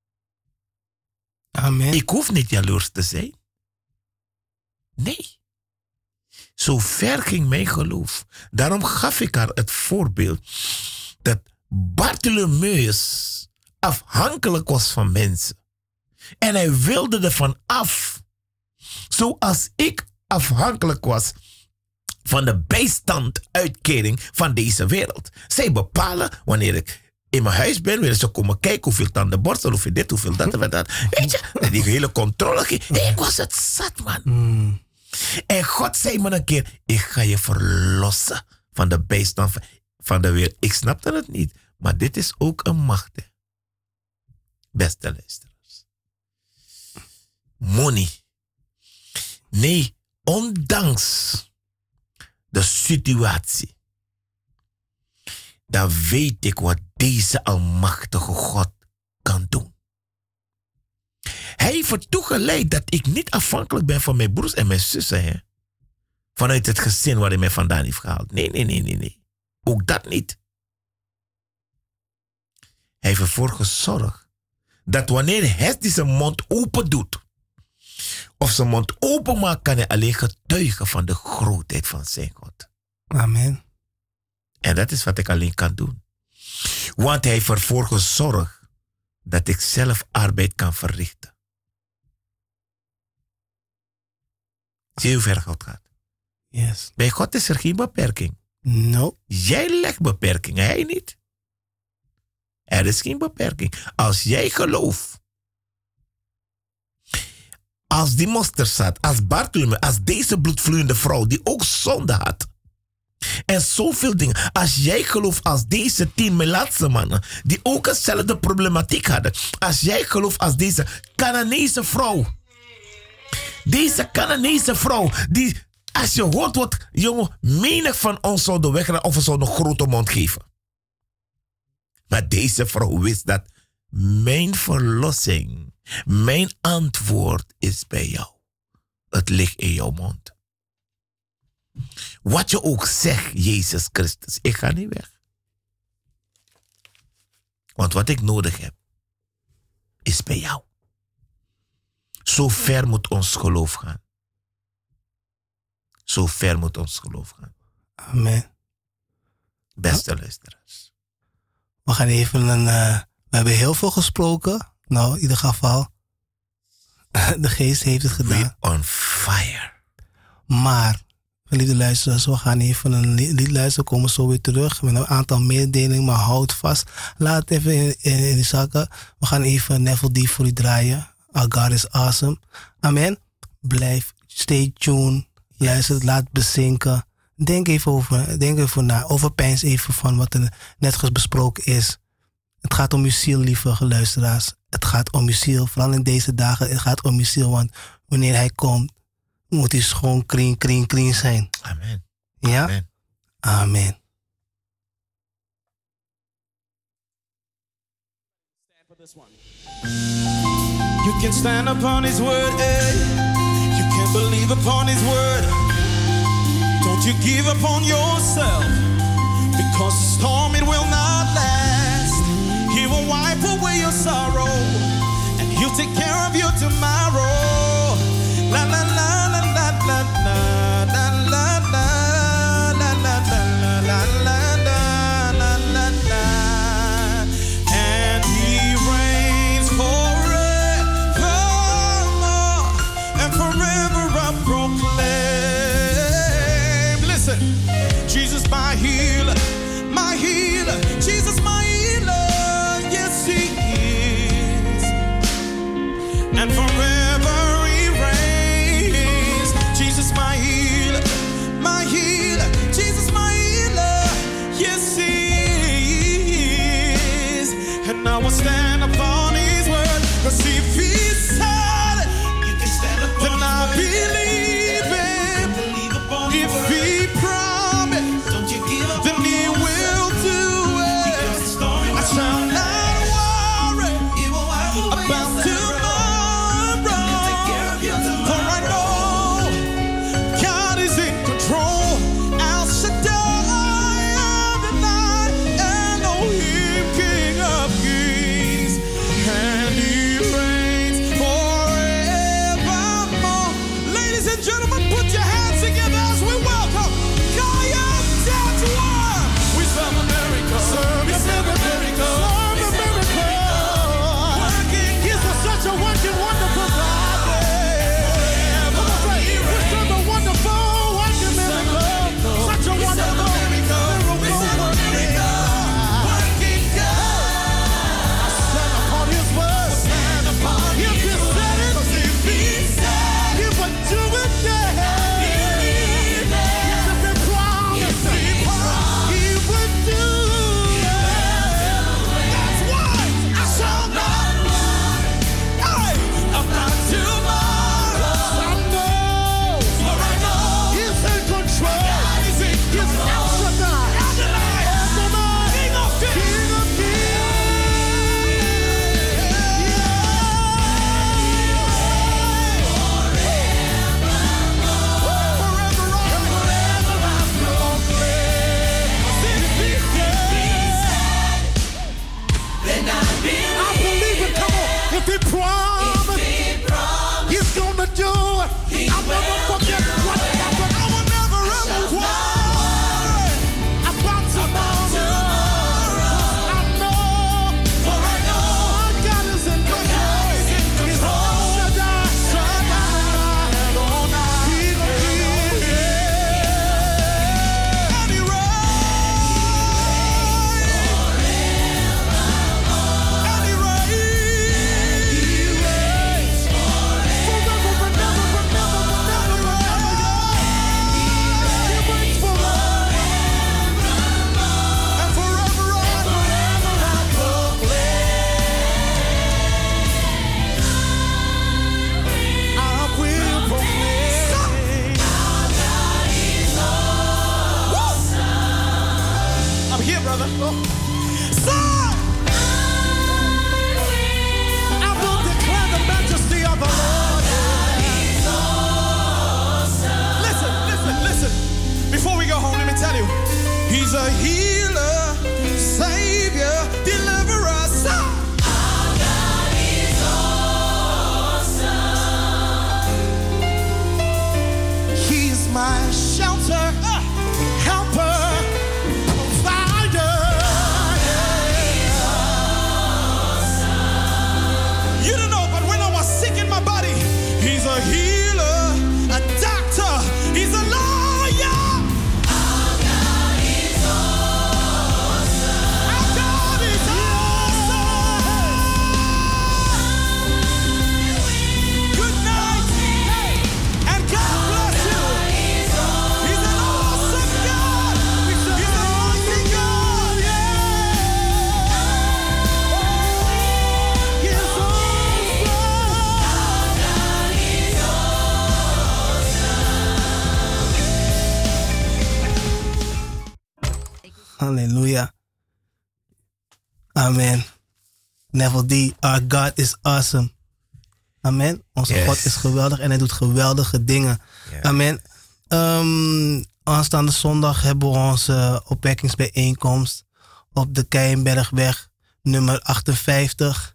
Amen. Ik hoef niet jaloers te zijn. Nee. Zo ver ging mijn geloof. Daarom gaf ik haar het voorbeeld dat Bartholomeus afhankelijk was van mensen. En hij wilde ervan af. Zoals ik afhankelijk was van de bijstanduitkering van deze wereld. Zij bepalen wanneer ik in mijn huis ben, willen ze komen kijken hoeveel tandenborstel, hoeveel dit, hoeveel dat en dat. Weet je, die hele controle. Ik was het zat, man. En God zei me een keer, ik ga je verlossen van de bijstand van de wereld. Ik snapte het niet, maar dit is ook een macht. Hè. Beste luisteraars. Money. Nee, ondanks de situatie, dan weet ik wat deze almachtige God kan doen. Hij heeft ertoe geleid dat ik niet afhankelijk ben van mijn broers en mijn zussen. Hè? Vanuit het gezin waar hij mij vandaan heeft gehaald. Nee. Ook dat niet. Hij heeft ervoor gezorgd dat wanneer hij zijn mond open doet, of zijn mond open maakt, kan hij alleen getuigen van de grootheid van zijn God. Amen. En dat is wat ik alleen kan doen. Want hij heeft ervoor gezorgd dat ik zelf arbeid kan verrichten. Zie je hoe ver God gaat? Yes. Bij God is er geen beperking. No. Jij legt beperkingen, hij niet. Er is geen beperking. Als jij gelooft, als die mosterdzaad, als Bartholomeus, als deze bloedvloeiende vrouw die ook zonde had. En zoveel dingen. Als jij gelooft als deze 10 Melaatse mannen die ook eenzelfde problematiek hadden. Als jij gelooft als deze Canaanese vrouw. Deze Canaanese vrouw die, als je hoort wat, jongen, menig van ons zouden weggaan of we zouden een grote mond geven. Maar deze vrouw wist dat mijn verlossing, mijn antwoord is bij jou. Het ligt in jouw mond. Wat je ook zegt, Jezus Christus, ik ga niet weg. Want wat ik nodig heb, is bij jou. Zo ver moet ons geloof gaan. Zo ver moet ons geloof gaan. Amen. Beste luisteraars. We gaan even we hebben heel veel gesproken. Nou, in ieder geval. De geest heeft het gedaan. We on fire. Maar, geliefde luisteraars, we gaan even een lied luisteren. Komen zo weer terug met een aantal mededelingen. Maar houd vast. Laat het even in die zakken. We gaan even Neville D voor u draaien. Our God is awesome. Amen. Blijf, stay tuned. Luister, laat bezinken. Denk even na. Overpijns even van wat er net besproken is. Het gaat om uw ziel, lieve luisteraars. Het gaat om uw ziel. Vooral in deze dagen. Het gaat om uw ziel. Want wanneer hij komt, moet hij schoon, clean zijn. Amen. Ja? Amen. Amen. You can stand upon his word, eh? You can believe upon his word. Don't you give up on yourself, because the storm, it will not last. He will wipe away your sorrow, and he'll take care of you tomorrow. La la la la la la la la la la la la la la la. And he reigns forevermore, and forever I proclaim. Listen, Jesus my healer, Jesus my healer, yes he is. And forever he reigns. Jesus my healer, Jesus my working, wonderful God. Yeah. Come on, say, we serve a wonderful, working miracle. Such a wonderful miracle working God. I stand upon His word. If He said it, He would do it. Yeah. If He promised, He would do it. That's why I shall not worry about tomorrow. I know, for I know He's in control. He's El Shaddai, King of Kings. I believe it. Come on. If He promised, He's gonna do it. I'll never forget what happened. I will never ever worry about tomorrow. I know, for I know God is in control. He's El Shaddai, King of Kings. And He reigns forever and ever and ever and ever and ever. He reigns forever and forever I will proclaim. I'm here, brother. Son! I will declare the majesty of the Lord. Listen. Before we go home, let me tell you. He's a healer, savior, deliverer, son. He's my shelter, helper, provider. You don't know, but when I was sick in my body, He's a healer, a doctor, He's a lawyer. Our God is awesome. Good night, and God bless you. He's an awesome God. He's an awesome God. Yeah. He's Hallelujah. Amen. Neville D, our God is awesome. Amen. Onze Yes. God is geweldig en Hij doet geweldige dingen. Ja. Amen. Aanstaande zondag hebben we onze opwekkingsbijeenkomst op de Keienbergweg, nummer 58.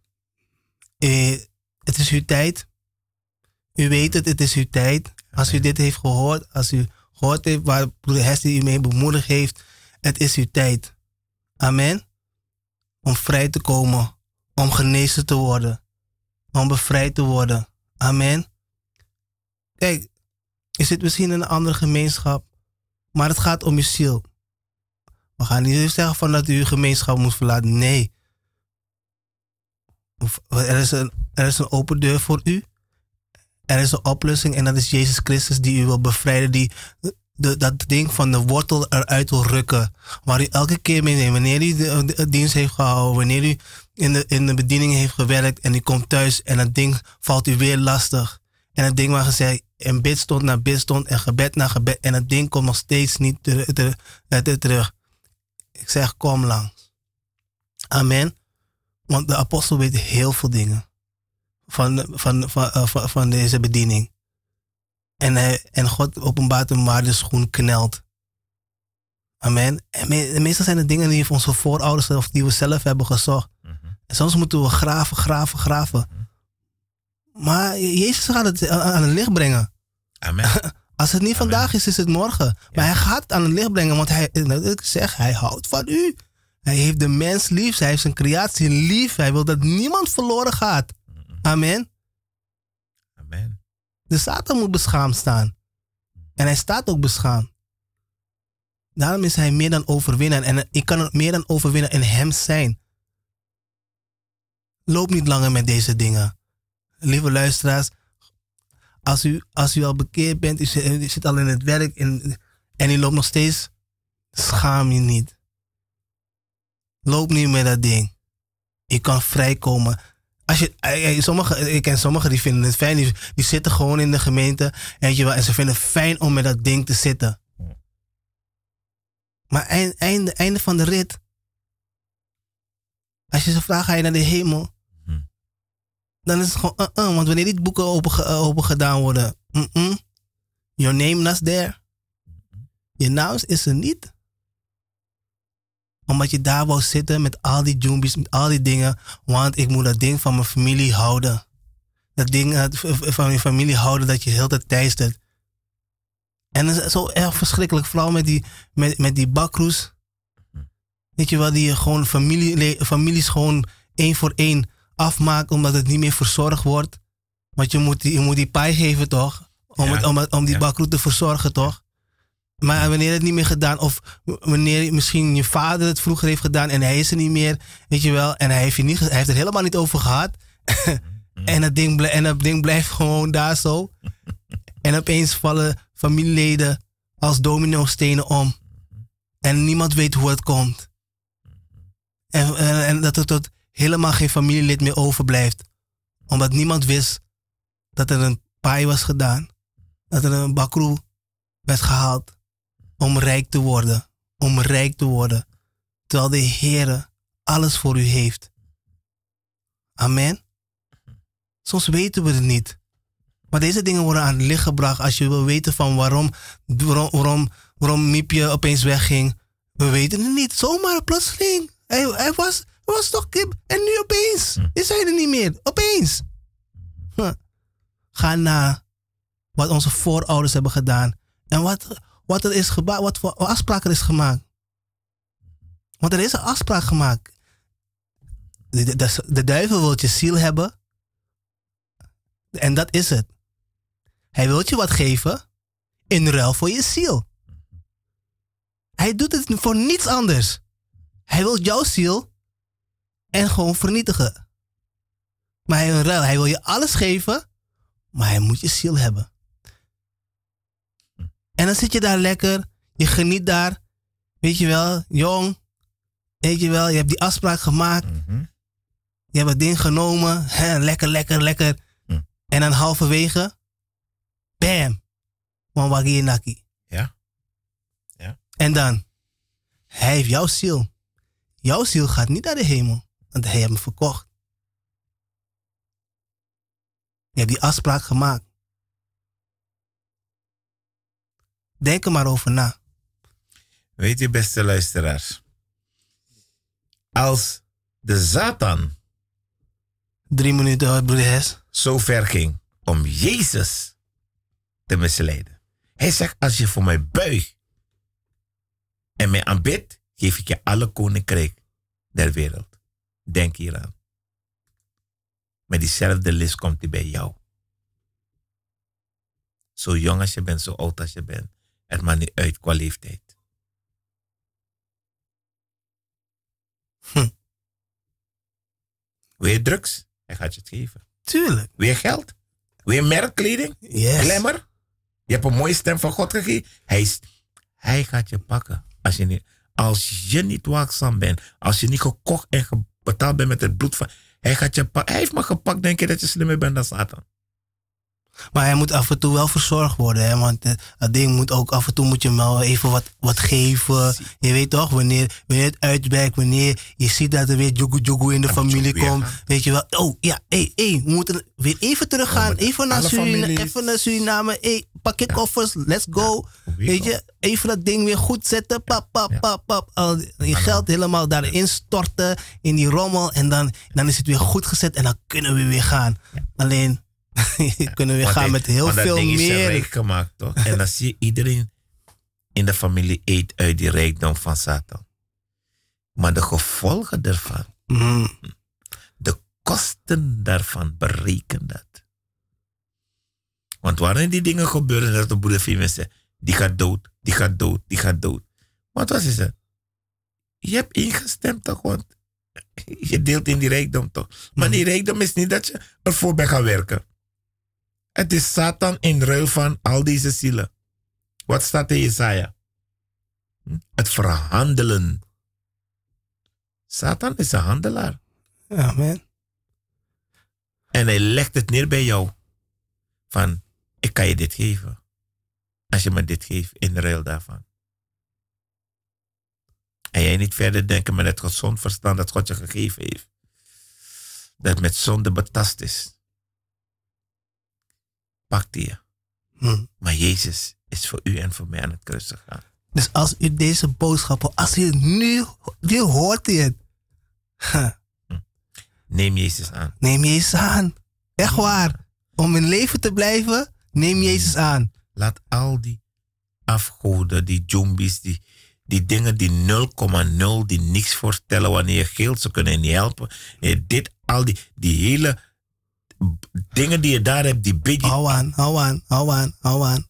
Het is uw tijd. U weet het is uw tijd. Als u dit heeft gehoord, als u gehoord heeft waar broeder Hestie u mee bemoedigd heeft, het is uw tijd. Amen. Om vrij te komen, om genezen te worden, om bevrijd te worden. Amen. Kijk, je zit misschien in een andere gemeenschap, maar het gaat om je ziel. We gaan niet zeggen van dat u uw gemeenschap moet verlaten. Nee. Er is een open deur voor u. Er is een oplossing en dat is Jezus Christus die u wil bevrijden, die dat ding van de wortel eruit wil rukken. Waar u elke keer mee neemt. Wanneer u de dienst heeft gehouden, wanneer u in de bediening heeft gewerkt en u komt thuis en dat ding valt u weer lastig. En het ding waar gezegd, en bidstond na bidstond en gebed na gebed en het ding komt nog steeds niet terug. Ik zeg, kom langs. Amen. Want de apostel weet heel veel dingen van deze bediening. En God openbaart hem waar de schoen knelt. Amen. En meestal zijn het dingen die van onze voorouders of die we zelf hebben gezocht. Mm-hmm. En soms moeten we graven. Mm-hmm. Maar Jezus gaat het aan het licht brengen. Amen. Als het niet vandaag is het morgen. Ja. Maar hij gaat het aan het licht brengen, want hij houdt van u. Hij heeft de mens lief, hij heeft zijn creatie lief. Hij wil dat niemand verloren gaat. Mm-hmm. Amen. Amen. De Satan moet beschaamd staan. En hij staat ook beschaamd. Daarom is hij meer dan overwinnaar. En ik kan meer dan overwinnaar in hem zijn. Loop niet langer met deze dingen. Lieve luisteraars, als u al bekeerd bent, u zit al in het werk en u loopt nog steeds, schaam je niet. Loop niet met dat ding. Je kan vrijkomen. Ik ken sommigen die vinden het fijn, die zitten gewoon in de gemeente en ze vinden het fijn om met dat ding te zitten. Maar einde van de rit, als je ze vraagt, ga je naar de hemel? Dan is het gewoon, want wanneer die boeken open gedaan worden, your name not there. Je naam is er niet. Omdat je daar wou zitten met al die jumbies, met al die dingen, want ik moet dat ding van mijn familie houden. Dat ding van je familie houden dat je heel de tijd teistert. En dat is zo erg verschrikkelijk, vooral met die bakroes. Weet je wel, die je gewoon families gewoon 1 voor 1 afmaakt omdat het niet meer verzorgd wordt. Want je moet die paai geven toch? Om die bakroes te verzorgen toch? Maar wanneer het niet meer gedaan, of wanneer misschien je vader het vroeger heeft gedaan en hij is er niet meer, weet je wel, en hij heeft er helemaal niet over gehad. En dat ding blijft gewoon daar zo. En opeens vallen familieleden als dominostenen om. En niemand weet hoe het komt. En dat er tot helemaal geen familielid meer overblijft. Omdat niemand wist dat er een paai was gedaan. Dat er een bakroe werd gehaald. Om rijk te worden. Om rijk te worden. Terwijl de Heere alles voor u heeft. Amen. Soms weten we het niet. Maar deze dingen worden aan het licht gebracht als je wil weten van waarom Miepje opeens wegging. We weten het niet. Zomaar plotseling. Hij was toch kip. En nu opeens is hij er niet meer. Opeens. Ga na wat onze voorouders hebben gedaan. En wat er is gebouwd. Wat voor afspraak er is gemaakt. Want er is een afspraak gemaakt. De duivel wil je ziel hebben. En dat is het. Hij wil je wat geven in ruil voor je ziel. Hij doet het voor niets anders. Hij wil jouw ziel en gewoon vernietigen. Maar hij wil je alles geven, maar hij moet je ziel hebben. En dan zit je daar lekker, je geniet daar, weet je wel, jong, weet je wel, je hebt die afspraak gemaakt. Je hebt het ding genomen, lekker. En dan halverwege, bam, wagi naki. Ja. En dan, hij heeft jouw ziel. Jouw ziel gaat niet naar de hemel, want hij heeft hem verkocht. Je hebt die afspraak gemaakt. Denk er maar over na. Weet je, beste luisteraars, als de Satan 3 minuten, broeder Hes, zo ver ging om Jezus te misleiden. Hij zegt, als je voor mij buigt en mij aanbidt, geef ik je alle koninkrijk der wereld. Denk hieraan. Met diezelfde list komt hij bij jou. Zo jong als je bent, zo oud als je bent. Het maakt niet uit qua leeftijd. Wil je drugs? Hij gaat je het geven. Tuurlijk. Wil je geld? Wil je merkkleding? Yes. Glamour? Je hebt een mooie stem van God gegeven. Hij gaat je pakken. Als je niet waakzaam bent. Als je niet gekocht en betaald bent met het bloed van... Hij gaat je pakken. Hij heeft me gepakt. Denk je dat je slimmer bent dan Satan? Maar hij moet af en toe wel verzorgd worden. Hè? Want dat ding moet ook af en toe moet je hem wel even wat geven. Je weet toch, wanneer het uitwerkt, wanneer je ziet dat er weer jogu in de familie komt. Weet je wel, oh ja, we moeten weer even teruggaan. Even naar Suriname. Pak je koffers, let's go. Weet je, even dat ding weer goed zetten. Pap. Je geld helemaal daarin storten, in die rommel. En dan is het weer goed gezet en dan kunnen we weer gaan. Alleen... kunnen we gaan met heel veel meer. Dat ding is rijk gemaakt, toch? En dan zie je iedereen in de familie eet uit die rijkdom van Satan. Maar de gevolgen ervan, de kosten daarvan, bereken dat. Want wanneer die dingen gebeuren, dat de broeder Fien zegt, die gaat dood, die gaat dood, die gaat dood. Want wat is het? Je hebt ingestemd toch, want je deelt in die rijkdom toch. Maar die rijkdom is niet dat je ervoor bent gaan werken. Het is Satan in ruil van al deze zielen. Wat staat in Jesaja? Het verhandelen. Satan is een handelaar. Amen. En hij legt het neer bij jou. Van, ik kan je dit geven. Als je me dit geeft in ruil daarvan. En jij niet verder denken met het gezond verstand dat God je gegeven heeft. Dat met zonde betast is. Pakt hij je. Maar Jezus is voor u en voor mij aan het kruis gegaan. Dus als u deze boodschappen, als u het nu hoort u het. Neem Jezus aan. Neem Jezus aan. Echt waar. Om in leven te blijven, neem Jezus aan. Laat al die afgoden, die jumbies, die dingen die 0,0, die niks voorstellen wanneer je geelt, ze kunnen je niet helpen. Al die hele dingen die je daar hebt, die beetje. Hou aan.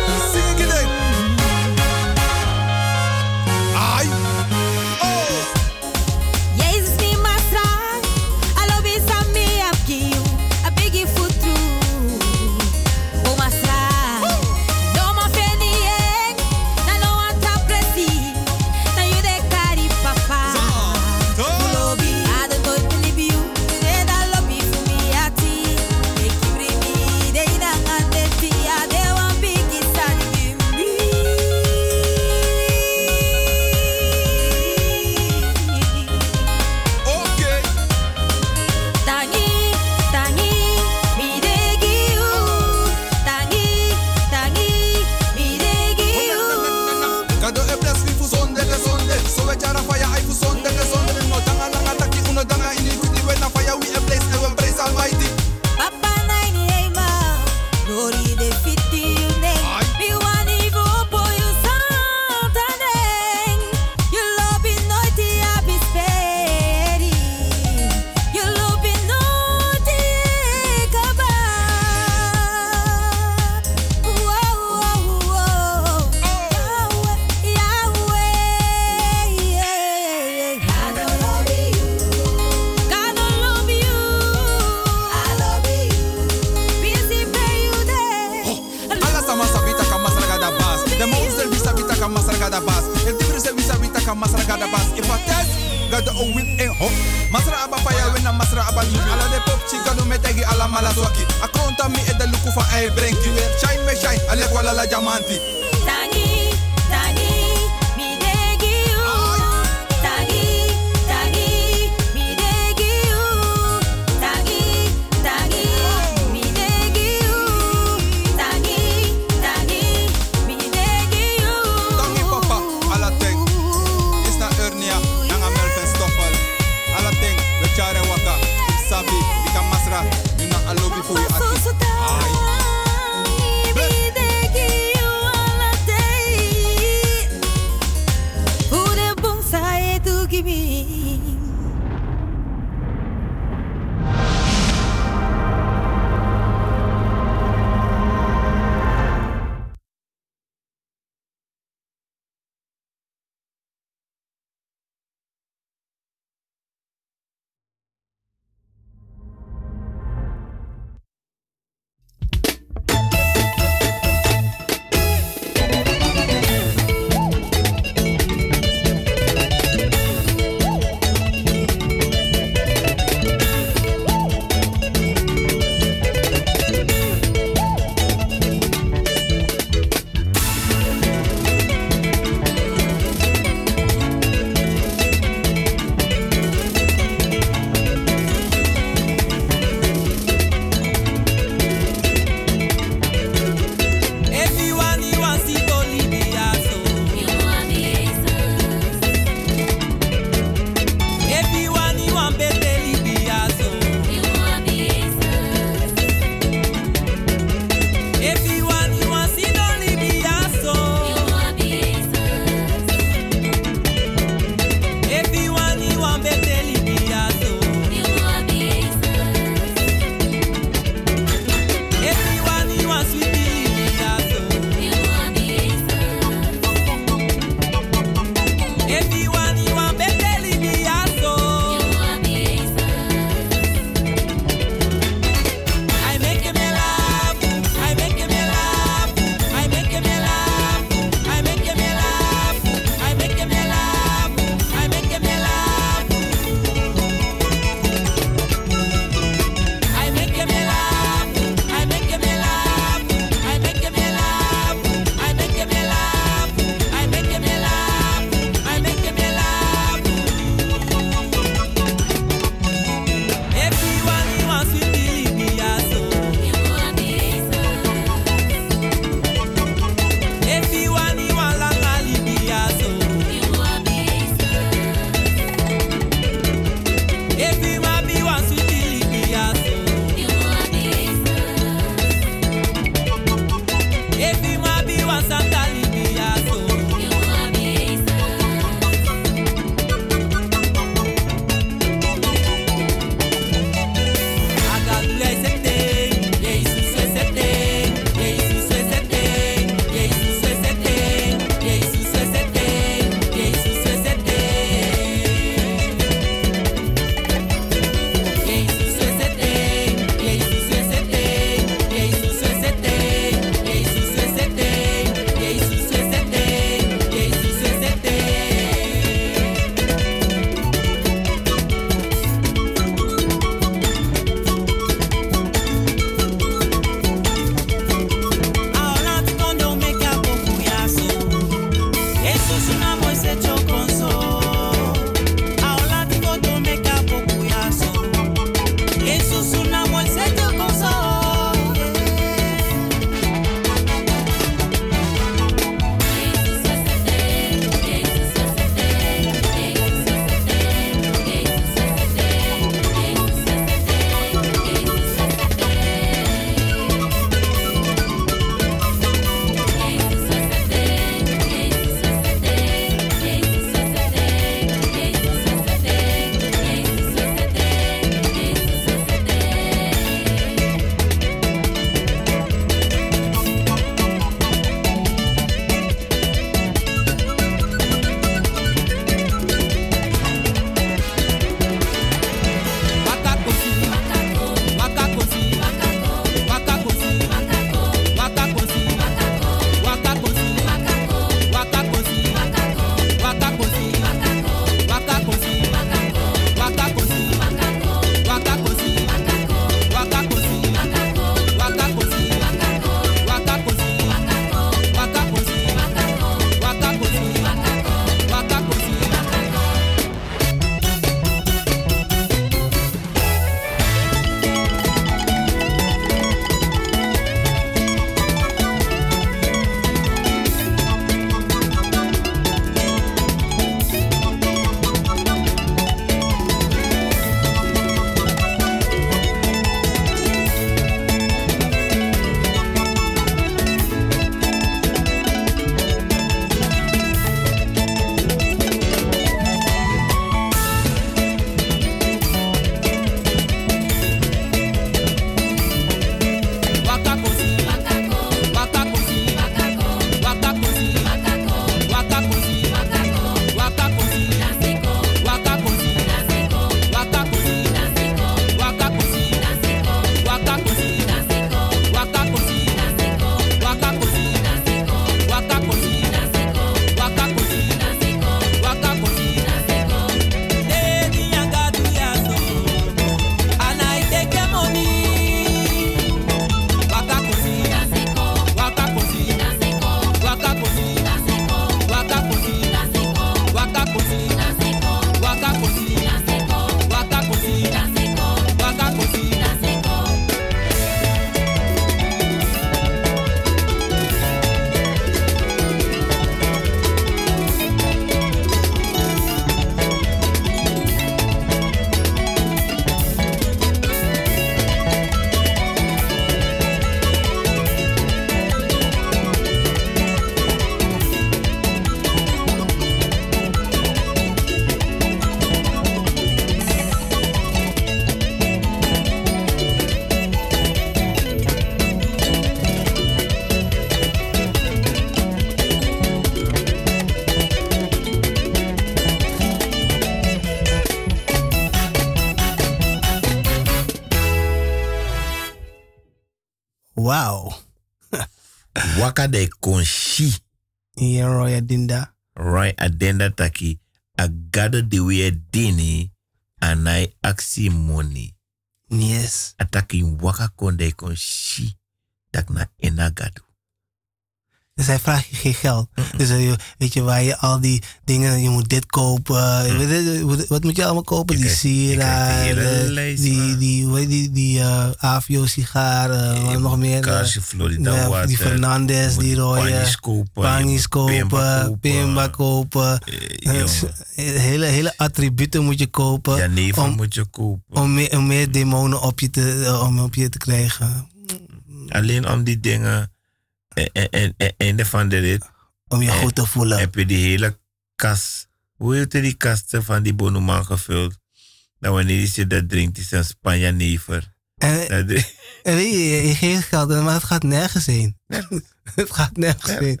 Wauw. Waka de konshi. Hier Roy Dinda. Roy adenda taki. Agado de we dini. Anai aksi money. Yes. Ataki waka konde konshi. Tak na enagado. Dus hij vraagt je geen geld. Dus weet je, waar je al die dingen, je moet dit kopen. Wat moet je allemaal kopen? Die sieraden, die AVO-sigaren, wat nog meer. Karsje, Florida water. Die Fernandez, die rode. Pangies kopen, Pimba kopen. Hele attributen moet je kopen. Ja, Neva moet je kopen. Om meer demonen op je te krijgen. Alleen om die dingen... Einde van de rit. Om je goed te voelen. Heb je die hele kast. Hoe heet die kasten van die bonoman gevuld? Dat wanneer je zit dat drinkt, is een Spanja never. En weet je geeft geld, maar het gaat nergens heen. Het gaat nergens heen.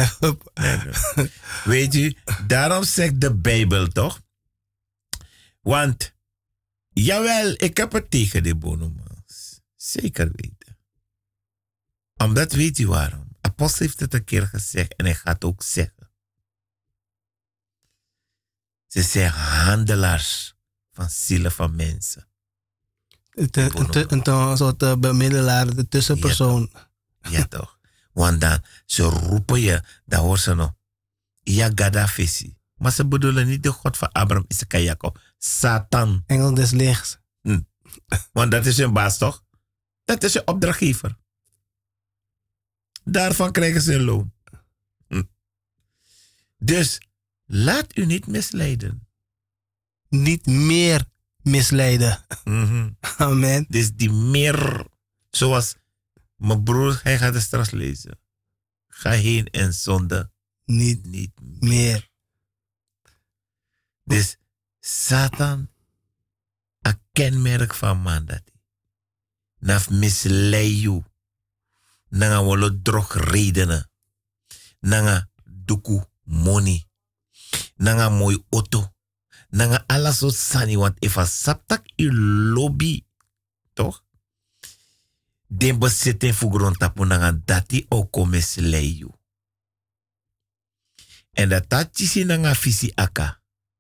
Weet je, daarom zegt de Bijbel toch? Want, jawel, ik heb het tegen die bonomans. Zeker weten. Omdat weet u waarom. Apostel heeft het een keer gezegd en hij gaat ook zeggen. Ze zijn handelaars van zielen van mensen. Een soort bemiddelaar, de tussenpersoon. Ja toch. Want dan, ze roepen je, dan hoor ze nog. Ja, Gaddafi. Maar ze bedoelen niet de God van Abraham, Isaac en Jacob. Satan. Engel des lichts. Want dat is hun baas toch? Dat is hun opdrachtgever. Daarvan krijgen ze een loon. Dus laat u niet misleiden. Niet meer misleiden. Amen. Dus die meer, zoals mijn broer, hij gaat het straks lezen. Ga heen en zonde niet meer. Dus Satan, een kenmerk van man dat naf misleid je. Nanga wolo drog redenen. Nanga duku money. Nanga mooi auto. Nanga alles zo sani. Want if a saptak i lobby. Toch? Den bezitten voor tapu nanga dati o komes leyu. En dat tati si nanga visi aka.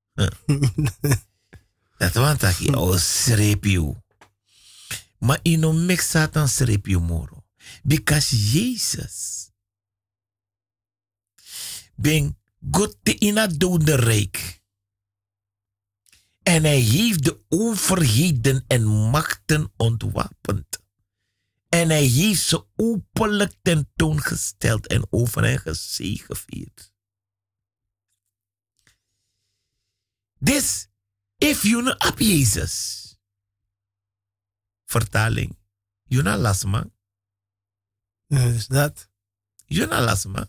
Dat want taki o srepiu. Maar ino mek satan srepiu moro. Because Jezus ben God te ina dode rijk. En hij heeft de overheden en machten ontwapend. En hij heeft ze openlijk tentoongesteld en over hen gezegevierd. Dus, if you know op Jezus. Vertaling. You know lasma. Dus dat. You know lasma.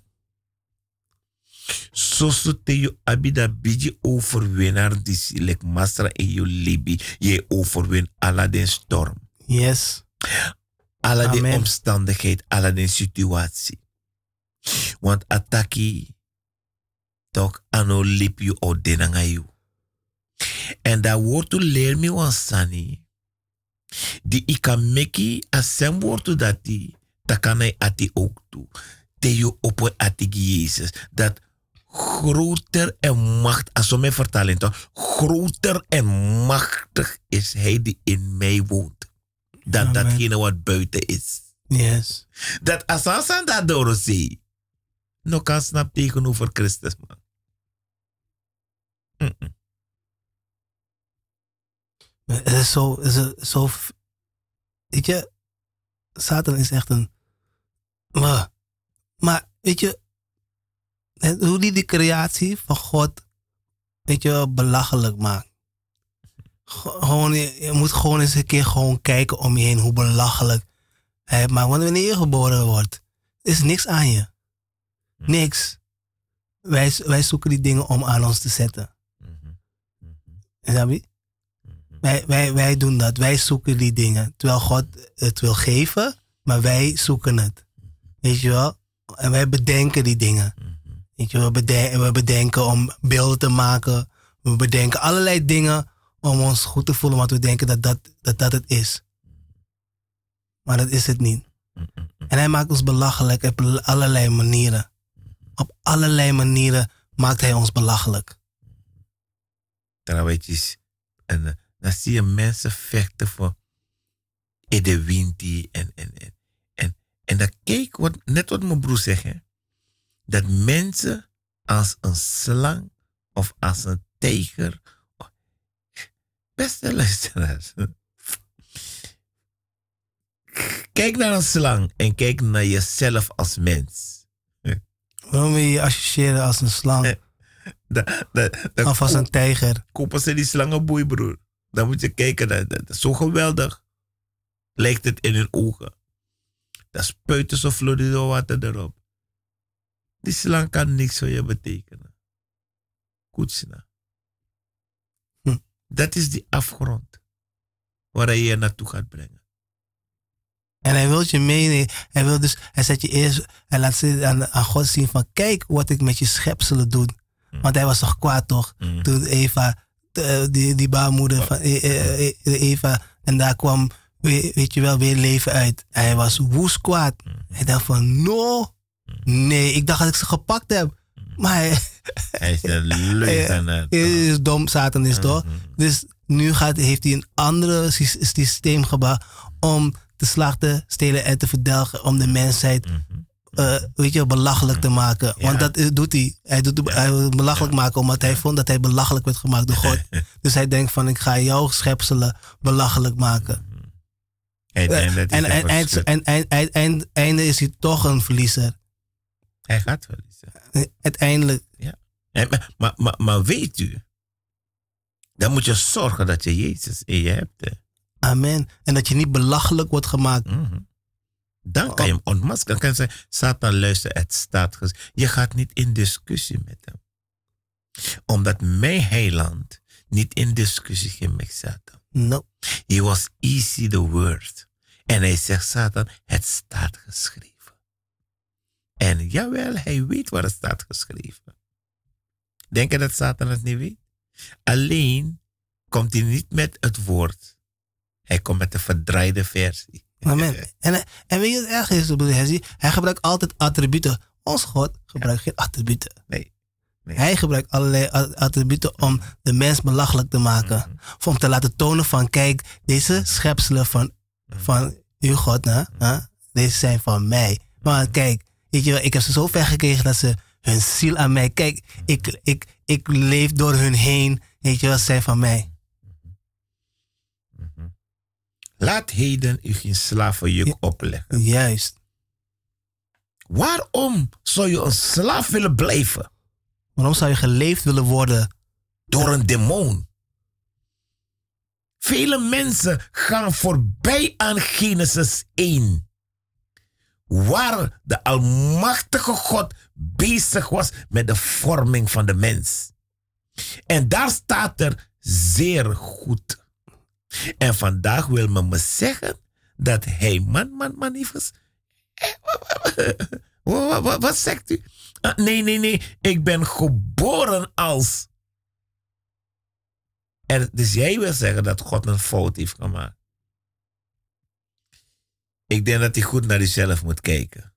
Soso te je abida biji overwinnaar die silek masra in je libi. Je overwin alla den storm. Yes. Alla de omstandigheid, alla de situatie. Want ataki toch ano lip you o denanga you. En dat woord to leer me wansani. Die ik kan meki asem woord to dati. Takanai ati ook toe. Te je op ati Jezus. Dat groter en machtig, als mijn vertaling toch, groter en machtig is hij die in mij woont. Dan datgene wat buiten is. Yes. Dat asasan dat door zie. No kan snap tegenover Christus, man. Het is zo, weet je, Satan is echt een, maar weet je, hoe die de creatie van God, weet je, belachelijk maakt. Gewoon, je moet gewoon eens een keer gewoon kijken om je heen hoe belachelijk hij maakt. Want wanneer je geboren wordt, is niks aan je. Niks. Wij zoeken die dingen om aan ons te zetten. Snap je? Wij doen dat. Wij zoeken die dingen. Terwijl God het wil geven, maar wij zoeken het. Weet je wel? En wij bedenken die dingen. Weet je wel? We bedenken om beelden te maken. We bedenken allerlei dingen om ons goed te voelen, want we denken dat het is. Maar dat is het niet. En hij maakt ons belachelijk op allerlei manieren. Op allerlei manieren maakt hij ons belachelijk. Trouwens, en dan zie je mensen vechten voor de winti en dan kijk net wat mijn broer zegt, hè, dat mensen als een slang of als een tijger, beste luisteraars, kijk naar een slang en kijk naar jezelf als mens. Waarom wil je je associëren als een slang? Of als een tijger? Kopen ze die slangenboei, broer. Dan moet je kijken, dat is zo geweldig. Lijkt het in hun ogen. Dan spuiten ze Florido water erop. Die slang kan niks voor je betekenen. Koetsina. Dat is die afgrond waar hij je naartoe gaat brengen. En hij wil je meenemen. Hij zet je eerst, hij laat ze aan God zien van, kijk wat ik met je schepselen doe. Want hij was toch kwaad, toch? Toen Eva, die baarmoeder van Eva, en daar kwam, weet je wel, weer leven uit. Hij was woest kwaad. Hij dacht van, nee, ik dacht dat ik ze gepakt heb. Maar hij is een leugenaar. Hij is dom, Satan is toch? Dus nu heeft hij een ander systeem gebouwd om te slachten, stelen en te verdelgen, om de mensheid weet je, belachelijk te maken. Want dat doet hij. Hij wil belachelijk maken omdat hij vond dat hij belachelijk werd gemaakt door God. Dus hij denkt van, ik ga jouw schepselen belachelijk maken. Einde is hij toch een verliezer. Hij gaat verliezen. Uiteindelijk. Ja. Maar weet u, dan moet je zorgen dat je Jezus in je hebt. Hè. Amen. En dat je niet belachelijk wordt gemaakt. Dan kan je hem ontmaskeren. Dan kan je zeggen, Satan, luister, het staat gezegd. Je gaat niet in discussie met hem. Omdat mijn heiland niet in discussie ging met Satan. No. He was easy the word. En hij zegt, Satan, het staat geschreven. En jawel, hij weet waar het staat geschreven. Denk je dat Satan het niet weet? Alleen komt hij niet met het woord. Hij komt met de verdraaide versie. Amen. En weet je wat erg is, broeder Hezzy? Hij gebruikt altijd attributen. Ons God gebruikt geen attributen. Nee. Hij gebruikt allerlei attributen om de mens belachelijk te maken. Of om te laten tonen van, kijk, deze schepselen van uw God, deze zijn van mij. Maar kijk, weet je wel, ik heb ze zo ver gekregen dat ze hun ziel aan mij, kijk, ik leef door hun heen, weet je wel, ze zijn van mij. Laat heden u geen slavenjuk opleggen. Juist. Waarom zou je een slaaf willen blijven? Waarom zou je geleefd willen worden? Door een demon. Vele mensen gaan voorbij aan Genesis 1. Waar de almachtige God bezig was met de vorming van de mens. En daar staat er zeer goed. En vandaag wil men me zeggen dat hij man liefjes. Wat zegt u? Nee. Ik ben geboren als. Dus jij wil zeggen dat God een fout heeft gemaakt. Ik denk dat hij goed naar jezelf moet kijken.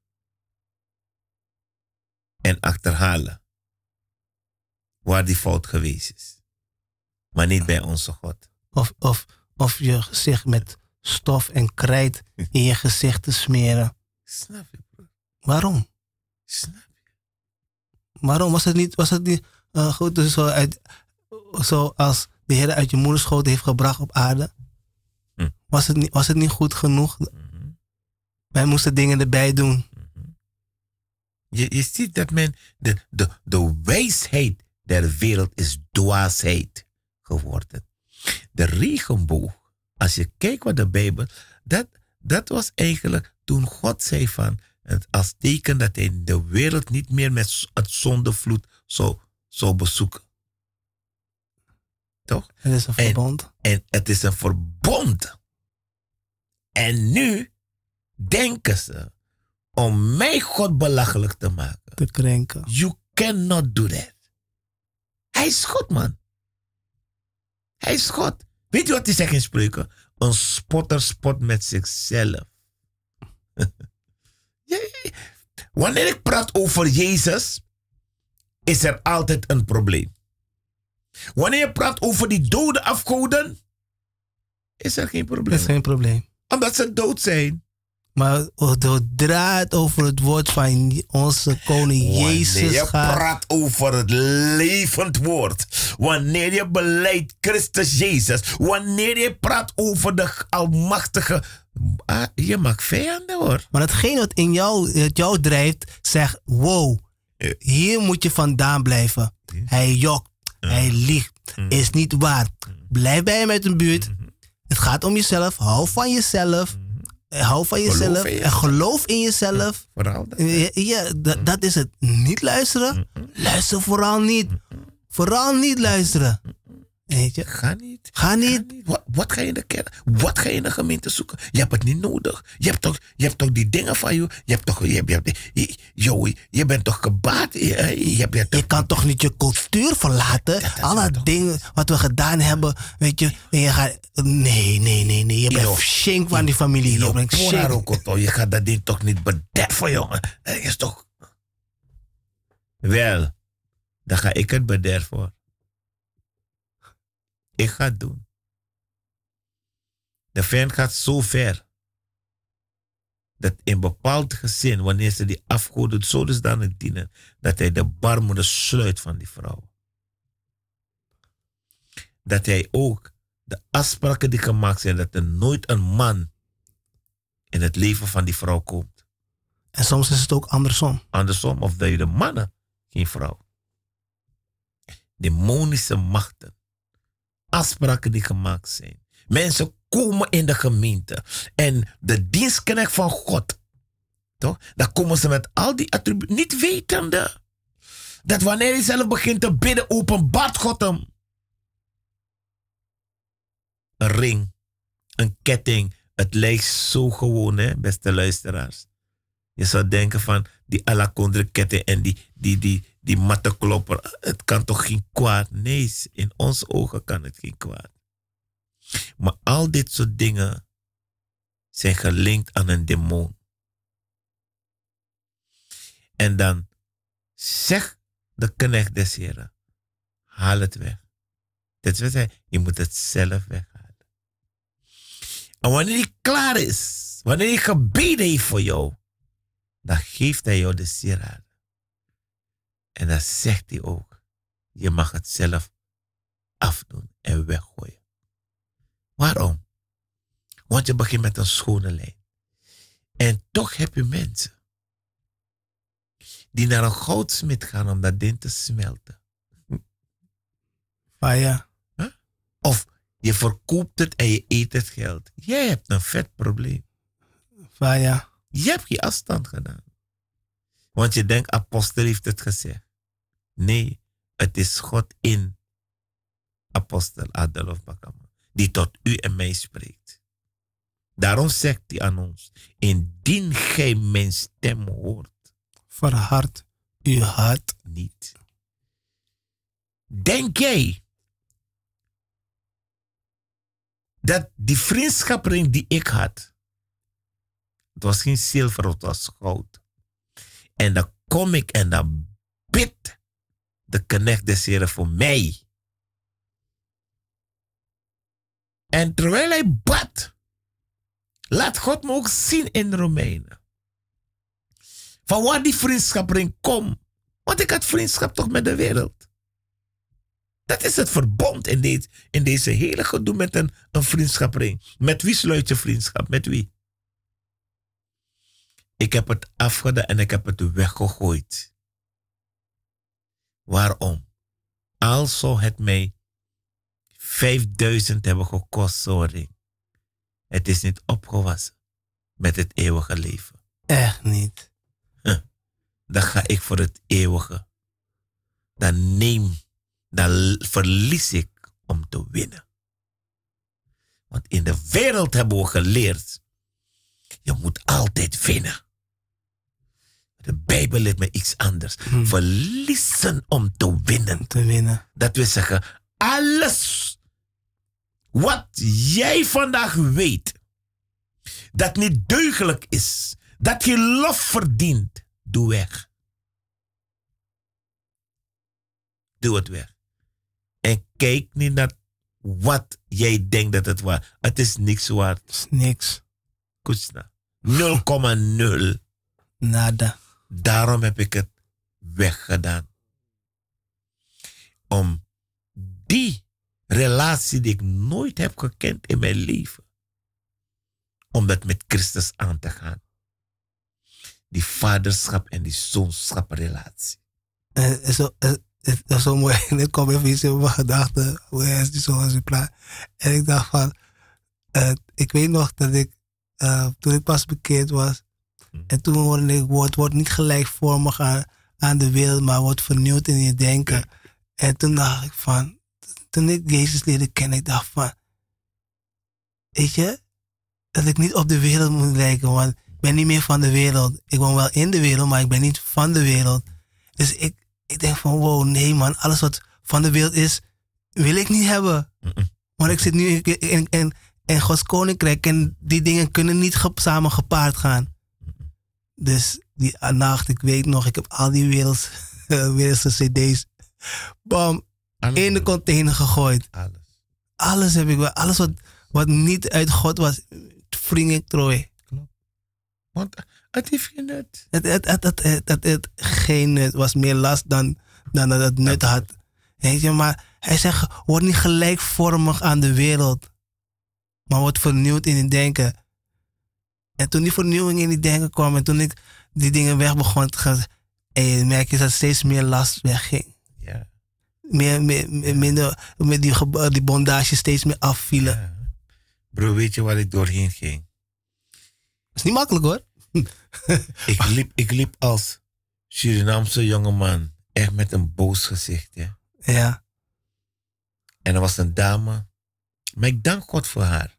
En achterhalen waar die fout geweest is. Maar niet bij onze God. Of je gezicht met stof en krijt in je gezicht te smeren. Snap je, broer? Waarom? Snap je? Waarom? Was het niet goed dus zo als de Heer uit je moederschoot heeft gebracht op aarde? Was het niet goed genoeg? Wij moesten dingen erbij doen. Je ziet dat men de wijsheid der wereld is dwaasheid geworden. De regenboog, als je kijkt wat de Bijbel, dat was eigenlijk toen God zei van, als teken dat hij de wereld niet meer met het zondevloed zou bezoeken. Toch? Het is een verbond. En het is een verbond. En nu denken ze om mij God belachelijk te maken. Te krenken. You cannot do that. Hij is God, man. Hij is God. Weet je wat hij zegt in Spreuken? Een spotter spot met zichzelf. Wanneer ik praat over Jezus, is er altijd een probleem. Wanneer je praat over die dode afgoden, is er geen probleem. Dat is geen probleem. Omdat ze dood zijn. Maar zodra het over het woord van onze koning Jezus Wanneer je gaat. praat over het levend woord. Wanneer je beleidt Christus Jezus. Wanneer je praat over de Almachtige. Je maakt vijanden hoor. Maar hetgeen wat in jou drijft, zegt: wow, hier moet je vandaan blijven. Hij jokt, hij liegt, is niet waar. Blijf bij hem uit de buurt. Het gaat om jezelf, hou van jezelf. Hou van jezelf en geloof in jezelf. Vooral dat. Ja, dat is het. Niet luisteren. Luister vooral niet. Vooral niet luisteren. Weet je? Ga niet. Ga niet. Wat ga je in de kerk? Wat ga je in de gemeente zoeken? Je hebt het niet nodig. Je hebt toch die dingen van je. Je bent toch gebaat. Je kan toch niet je cultuur verlaten? Alle dingen wat we gedaan hebben. Weet je. En je gaat, nee. Je bent schenk van die familie. Je bent schenk. Je gaat dat ding toch niet bederven, jongen. Dat is toch. Wel, dan ga ik het bederven hoor. Ik ga het doen. De vijand gaat zo ver. Dat in bepaald gezin, wanneer ze die afgoden zo dusdanig dienen, dat hij de baarmoeder sluit van die vrouw. Dat hij ook de afspraken die gemaakt zijn, dat er nooit een man in het leven van die vrouw komt. En soms is het ook andersom. Andersom, of dat je de mannen, geen vrouw. Demonische machten. Afspraken die gemaakt zijn. Mensen komen in de gemeente. En de dienstknecht van God. Toch? Dan komen ze met al die attributen. Niet wetende. Dat wanneer hij zelf begint te bidden, openbaart God hem. Een ring. Een ketting. Het lijkt zo gewoon, hè, beste luisteraars. Je zou denken van die alakondre ketting en die mattenklopper. Het kan toch geen kwaad? Nee, in onze ogen kan het geen kwaad. Maar al dit soort dingen zijn gelinkt aan een demon. En dan zegt de knecht des Heren, haal het weg. Dat is wat hij, je moet het zelf weghalen. En wanneer hij klaar is, wanneer hij gebeden heeft voor jou, dan geeft hij jou de sieraden. En dan zegt hij ook, je mag het zelf afdoen en weggooien. Waarom? Want je begint met een schone lijn. En toch heb je mensen die naar een goudsmid gaan om dat ding te smelten. Ja. Huh? Of je verkoopt het en je eet het geld. Jij hebt een vet probleem. Ja. Je hebt je afstand gedaan. Want je denkt, apostel heeft het gezegd. Nee, het is God in apostel Adolf Bakama, die tot u en mij spreekt. Daarom zegt hij aan ons, indien gij mijn stem hoort, verhard uw hart niet. Denk jij dat die vriendschapring die ik had, het was geen zilver, het was goud. En dan kom ik en dan bid de knecht des Heren voor mij. En terwijl hij bad, laat God me ook zien in Romeinen. Van waar die vriendschapring komt. Want ik had vriendschap toch met de wereld. Dat is het verbond in deze hele gedoe met een vriendschapring. Met wie sluit je vriendschap? Met wie? Ik heb het afgedaan en ik heb het weggegooid. Waarom? Al zou het mij 5000 hebben gekost, sorry. Het is niet opgewassen met het eeuwige leven. Echt niet. Dan ga ik voor het eeuwige. Dan verlies ik om te winnen. Want in de wereld hebben we geleerd, je moet altijd winnen. De Bijbel leert me iets anders. Verliezen om te winnen. Dat wil zeggen, alles wat jij vandaag weet, dat niet deugdelijk is, dat je lof verdient, doe weg. Doe het weg. En kijk niet naar wat jij denkt dat het waard is. Het is niks waard. Het is niks. Kutsna. 0,0. Nada. Daarom heb ik het weggedaan. Om die relatie die ik nooit heb gekend in mijn leven. Om dat met Christus aan te gaan. Die vaderschap en die zoonschaprelatie. Het is zo mooi. Ik kom even iets in mijn gedachten. Hoe is die zoals je praat. En ik dacht van. Ik weet nog dat ik. Toen ik pas bekeerd was. En toen hoorde ik. Wordt niet gelijkvormig aan de wereld. Maar wordt vernieuwd in je denken. En toen dacht ik van. Toen ik Jezus leerde kennen. Ik dacht van. Weet je. Dat ik niet op de wereld moet lijken. Want ik ben niet meer van de wereld. Ik woon wel in de wereld. Maar ik ben niet van de wereld. Dus ik denk van wow, nee man, alles wat van de wereld is, wil ik niet hebben. Want ik zit nu in Gods koninkrijk en die dingen kunnen niet samen gepaard gaan. Dus die nacht, ik weet nog, ik heb al die wereldse cd's, bam, in de container gegooid. Alles heb ik wel, alles wat niet uit God was, vring ik trooi. Want het heeft geen nut. Het geen nut was meer last dan dat het nut had. Weet je, maar hij zegt, word niet gelijkvormig aan de wereld. Maar word vernieuwd in het denken. En toen die vernieuwing in het denken kwam en toen ik die dingen weg begon te gaan, merk je dat steeds meer last wegging. Ja. Minder, met die bondage steeds meer afvielen. Ja. Bro, weet je waar ik doorheen ging? Dat is niet makkelijk hoor. Ik liep als Surinaamse jongeman echt met een boos gezicht. Hè? Ja. En er was een dame. Maar ik dank God voor haar.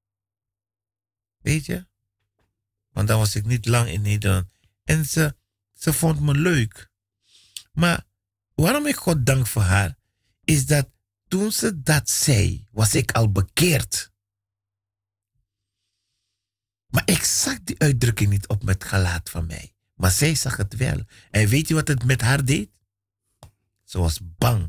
Weet je? Want dan was ik niet lang in Nederland. En ze vond me leuk. Maar waarom ik God dank voor haar, is dat toen ze dat zei, was ik al bekeerd. Maar ik zag die uitdrukking niet op het gelaat van mij. Maar zij zag het wel. En weet je wat het met haar deed? Ze was bang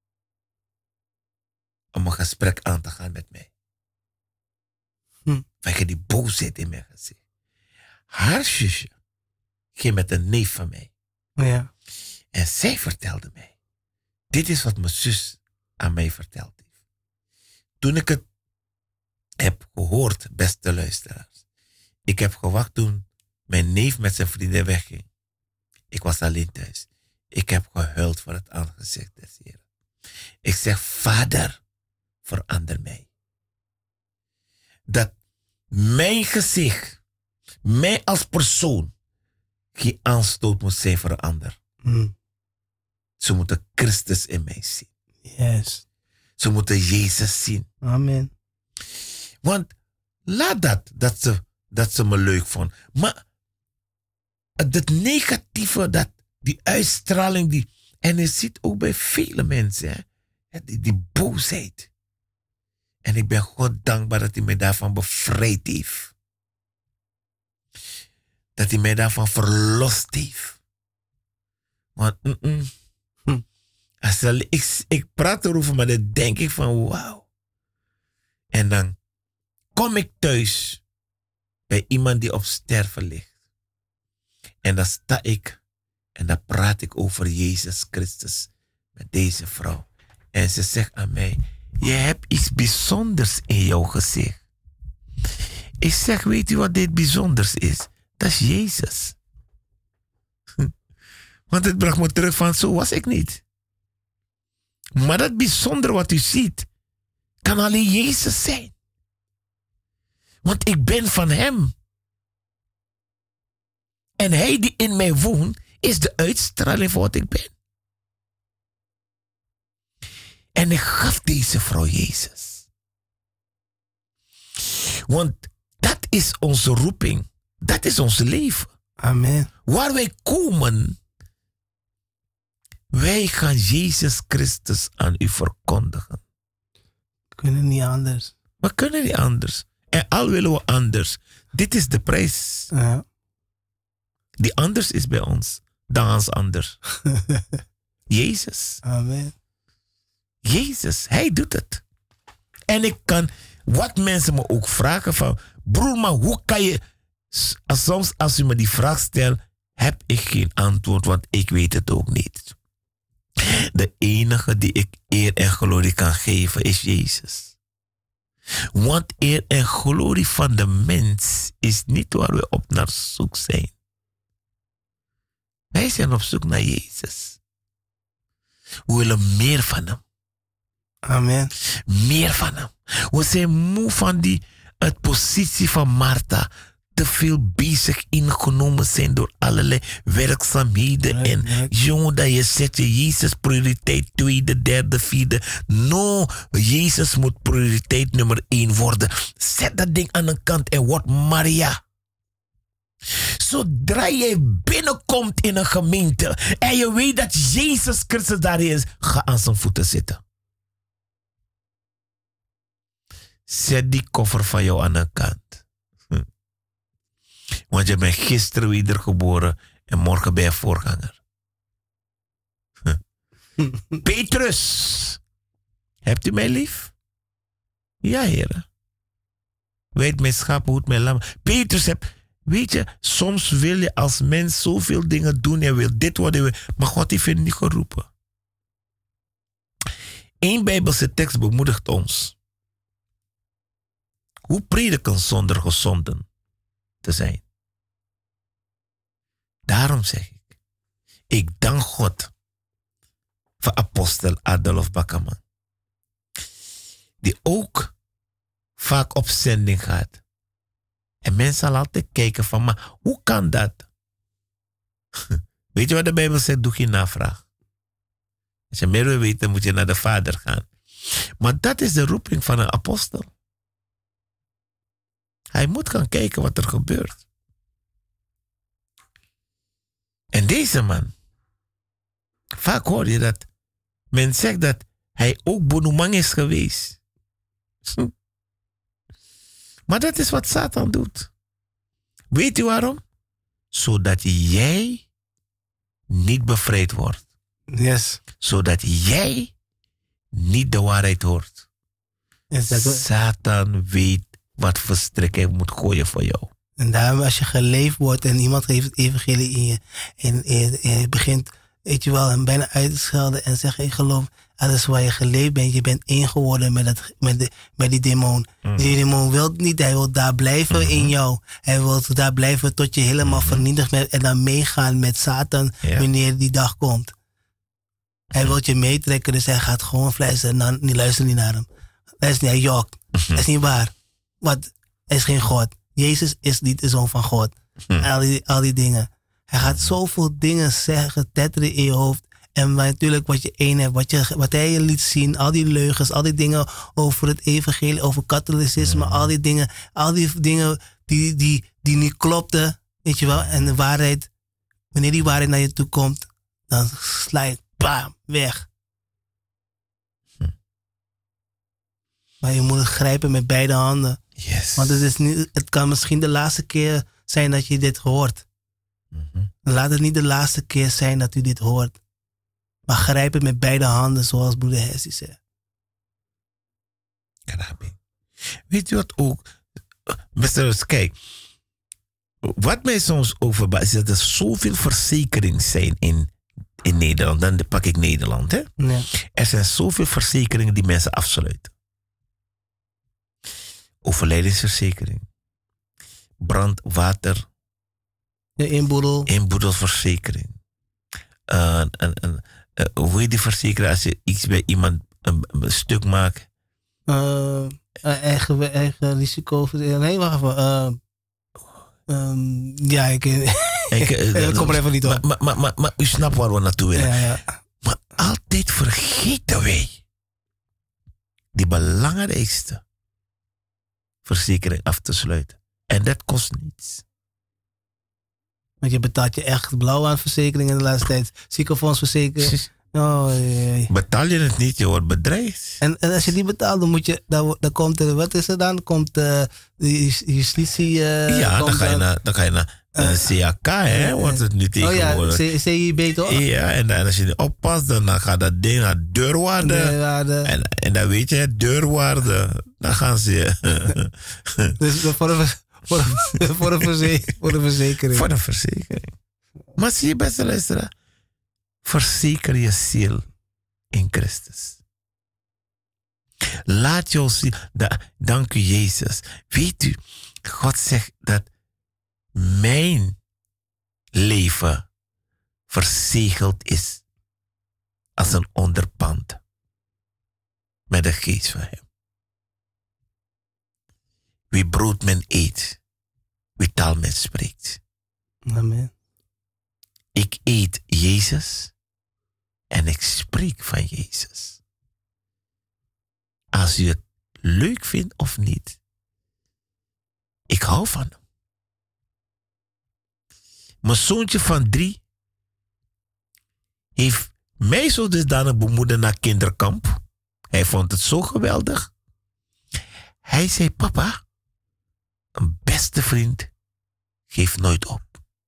om een gesprek aan te gaan met mij. Vanwege die boosheid in mijn gezicht. Haar zusje ging met een neef van mij. Ja. En zij vertelde mij. Dit is wat mijn zus aan mij verteld heeft. Toen ik het heb gehoord, beste luisteraars. Ik heb gewacht toen mijn neef met zijn vrienden wegging. Ik was alleen thuis. Ik heb gehuild voor het aangezicht des Heren. Ik zeg, Vader, verander mij. Dat mijn gezicht, mij als persoon, geen aanstoot moet zijn voor een ander. Ze moeten Christus in mij zien. Yes. Ze moeten Jezus zien. Amen. Want laat dat ze me leuk vond. Maar het negatieve, die uitstraling, en je ziet ook bij vele mensen, hè, die boosheid. En ik ben God dankbaar dat hij mij daarvan bevrijd heeft. Dat hij mij daarvan verlost heeft. Want ik praat erover, maar dan denk ik van wauw. En dan kom ik thuis bij iemand die op sterven ligt. En dan sta ik en dan praat ik over Jezus Christus met deze vrouw. En ze zegt aan mij, je hebt iets bijzonders in jouw gezicht. Ik zeg, weet u wat dit bijzonders is? Dat is Jezus. Want het bracht me terug van, zo was ik niet. Maar dat bijzonder wat u ziet, kan alleen Jezus zijn. Want ik ben van hem. En hij die in mij woont, is de uitstraling van wat ik ben. En ik gaf deze vrouw Jezus. Want dat is onze roeping. Dat is ons leven. Amen. Waar wij komen, wij gaan Jezus Christus aan u verkondigen. We kunnen niet anders. We kunnen niet anders. En al willen we anders. Dit is de prijs. Ja. Die anders is bij ons dan als ander. Jezus. Amen. Jezus, hij doet het. En ik kan, wat mensen me ook vragen van, broer, maar hoe kan je, soms als u me die vraag stelt, heb ik geen antwoord, want ik weet het ook niet. De enige die ik eer en glorie kan geven is Jezus. Want eer en glorie van de mens is niet waar we op naar zoek zijn. Wij zijn op zoek naar Jezus. We willen meer van hem. Amen. Meer van hem. We zijn moe van het positie van Martha. Te veel bezig ingenomen zijn door allerlei werkzaamheden. En jongen, dat je zet je Jezus prioriteit tweede, derde, vierde. No, Jezus moet prioriteit nummer 1 worden. Zet dat ding aan de kant en word Maria. Zodra je binnenkomt in een gemeente en je weet dat Jezus Christus daar is, ga aan zijn voeten zitten. Zet die koffer van jou aan de kant. Want je bent gisteren wedergeboren en morgen ben je voorganger. Petrus, hebt u mij lief? Ja, heren. Weet mijn schapen, hoed mijn lam. Petrus, weet je, soms wil je als mens zoveel dingen doen. Je wil dit worden, maar God heeft je niet geroepen. Eén Bijbelse tekst bemoedigt ons. Hoe prediken zonder gezonden te zijn. Daarom zeg ik dank God voor apostel Adolf Bakkerman. Die ook vaak op zending gaat. En mensen zal altijd kijken van, maar hoe kan dat? Weet je wat de Bijbel zegt? Doe geen navraag. Als je meer wil weten, moet je naar de Vader gaan. Maar dat is de roeping van een apostel. Hij moet gaan kijken wat er gebeurt. En deze man, vaak hoor je dat men zegt dat hij ook bonumang is geweest. Maar dat is wat Satan doet. Weet u waarom? Zodat jij niet bevrijd wordt. Yes. Zodat jij niet de waarheid hoort. Satan weet wat voor strik hij moet gooien voor jou. En daarom als je geleefd wordt en iemand geeft het evangelie in je. En je begint, weet je wel, hem bijna uit te schelden en zeggen, ik geloof, alles waar je geleefd bent, je bent één geworden met die demon. Die demon wil niet, hij wil daar blijven in jou. Hij wil daar blijven tot je helemaal vernietigd bent en dan meegaan met Satan wanneer die dag komt. Hij wil je meetrekken, dus hij gaat gewoon fluisteren en dan luister niet naar hem. Luister niet, hij jokt. Dat is niet waar. Want hij is geen God. Jezus is niet de zoon van God. Al die dingen. Hij gaat zoveel dingen zeggen, tetteren in je hoofd. En natuurlijk wat je één hebt, wat hij je liet zien, al die leugens, al die dingen over het evangelie, over katholicisme, al die dingen die niet klopten, weet je wel. En de waarheid, wanneer die waarheid naar je toe komt, dan sla je, bam, weg. Maar je moet het grijpen met beide handen. Yes. Want het kan misschien de laatste keer zijn dat je dit hoort. Laat het niet de laatste keer zijn dat u dit hoort. Maar grijp het met beide handen, zoals broeder Hessie zei. Weet je wat ook? Mr. Kijk. Wat mij soms ook verbaast is dat er zoveel verzekeringen zijn in Nederland. Dan pak ik Nederland. Hè? Ja. Er zijn zoveel verzekeringen die mensen afsluiten. Overlijdensverzekering. Brand, water. De inboedelverzekering. Hoe heet die verzekering als je iets bij iemand een stuk maakt? Eigen risico. Nee, wacht even. Ja, ik kom er even niet op. Maar u snapt waar we naartoe willen. Ja. Maar altijd vergeten wij die belangrijkste verzekering af te sluiten. En dat kost niets. Want je betaalt je echt blauw aan verzekeringen de laatste tijd. Ziekenfondsverzekering. Oh, jee. Betaal je het niet, je wordt bedreigd. En als je die betaalt, dan moet je, dan komt er, wat is er dan? Komt de justitie. Ja, dan ga je Een CAK, hè, wordt het nu tegenwoordig. Oh ja, CIB toch? Ja, en als je niet oppast, dan gaat dat ding naar deurwaarde. En dan weet je, deurwaarde, dan gaan ze... Dus voor de verzekering. Voor de verzekering. Maar zie je, beste luisteraar, verzeker je ziel in Christus. Laat jouw ziel... Dank u, Jezus. Weet u, God zegt dat mijn leven verzegeld is als een onderpand met de geest van hem. Wie brood men eet, wie taal men spreekt. Amen. Ik eet Jezus en ik spreek van Jezus. Als u het leuk vindt of niet, ik hou van hem. Mijn zoontje van 3 heeft mij zo dusdanig bemoedigd naar kinderkamp. Hij vond het zo geweldig. Hij zei, papa, een beste vriend geeft nooit op.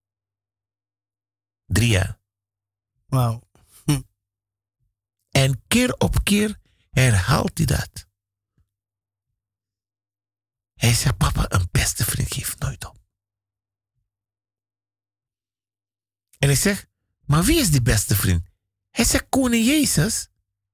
3 jaar. Wauw. En keer op keer herhaalt hij dat. Hij zegt, papa, een beste vriend geeft nooit op. En ik zeg, maar wie is die beste vriend? Hij zegt, koning Jezus.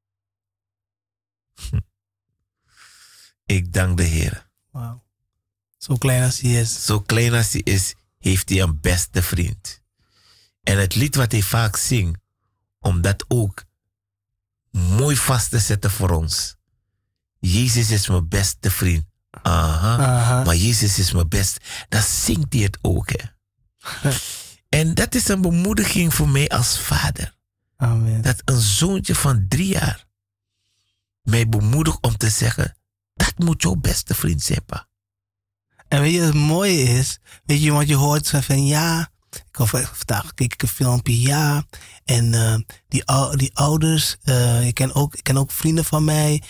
Ik dank de Heer. Wauw. Zo klein als hij is. Zo klein als hij is, heeft hij een beste vriend. En het lied wat hij vaak zingt, om dat ook mooi vast te zetten voor ons. Jezus is mijn beste vriend. Aha. Maar Jezus is mijn best. Dan zingt hij het ook. Hè. En dat is een bemoediging voor mij als vader. Amen. Dat een zoontje van 3 jaar mij bemoedigt om te zeggen, dat moet jouw beste vriend zijn, pa. En weet je wat het mooie is? Weet je, want je hoort van ja, vandaag keek ik een filmpje, ja. En die ouders, ik ken ook vrienden van mij.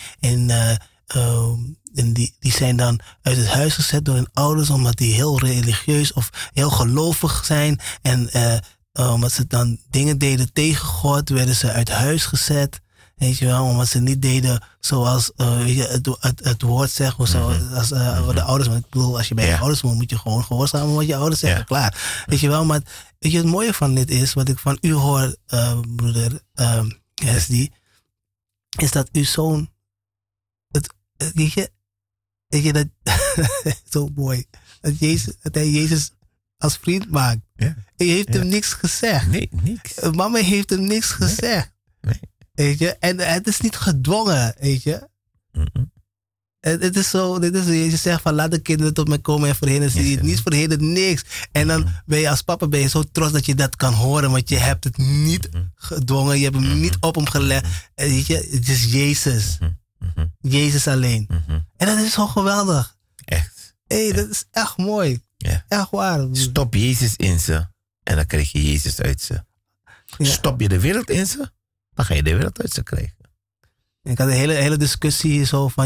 En die zijn dan uit het huis gezet door hun ouders, omdat die heel religieus of heel gelovig zijn. En omdat ze dan dingen deden tegen God, werden ze uit huis gezet. Weet je wel, omdat ze niet deden zoals het woord zegt. Of zo, als de ouders, want ik bedoel, als je bij je ouders moet je gewoon gehoorzamen wat je ouders zeggen. Klaar. Weet je wel, maar weet je, het mooie van dit is, wat ik van u hoor, broeder Hesdy, is dat uw zoon, weet je dat, zo mooi, dat hij Jezus als vriend maakt. Ja. Hij heeft hem niks gezegd. Nee, niks. Mama heeft hem niks gezegd. Nee. Weet je? En het is niet gedwongen, weet je. Het is zo, je zegt van laat de kinderen tot mij komen en verhinderen ze het. Niet verhinderen, niks. En dan ben je als papa zo trots dat je dat kan horen, want je hebt het niet gedwongen, je hebt hem niet op hem gelegd. Weet je? Het is Jezus. Jezus alleen. En dat is zo geweldig. Echt. Dat is echt mooi. Ja. Echt waar. Stop Jezus in ze en dan krijg je Jezus uit ze. Ja. Stop je de wereld in ze, dan ga je de wereld uit ze krijgen. Ik had een hele discussie zo van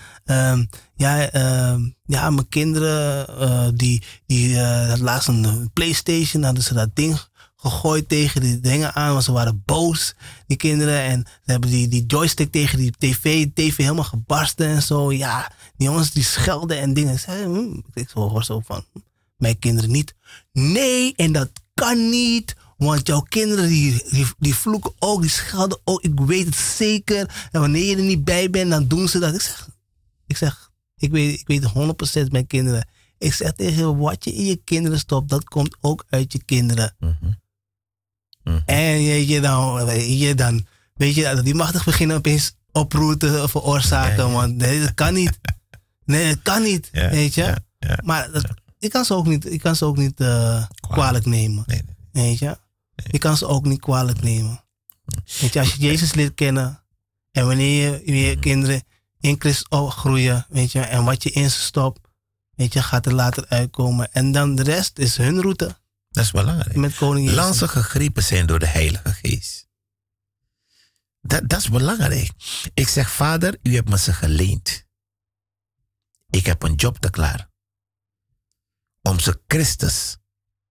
mijn kinderen die had laatst een PlayStation, hadden ze dat ding gegooid tegen die dingen aan, want ze waren boos, die kinderen, en ze hebben die joystick tegen die tv helemaal gebarsten en zo. Ja, die jongens die schelden en dingen. Ik hoor zo van, mijn kinderen niet. Nee, en dat kan niet. Want jouw kinderen die vloeken ook, die schelden ook. Ik weet het zeker. En wanneer je er niet bij bent, dan doen ze dat. Ik weet 100% mijn kinderen. Ik zeg tegen je, wat je in je kinderen stopt, dat komt ook uit je kinderen. En die mag toch beginnen opeens oproer te veroorzaken. Ja. Want nee, dat kan niet. Nee, dat kan niet. Ja, weet je. Ja. Maar ik kan ze ook niet kwalijk nemen. Nee. Weet je. Je kan ze ook niet kwalijk nemen. Weet je, als je Jezus leert kennen en wanneer je kinderen in Christus groeien, weet je, en wat je in ze stopt, weet je, gaat er later uitkomen. En dan de rest is hun route. Dat is belangrijk. Met koning Jezus. Laat ze gegrepen zijn door de Heilige Geest. Dat is belangrijk. Ik zeg, Vader, u hebt me ze geleend. Ik heb een job te klaar. Om ze Christus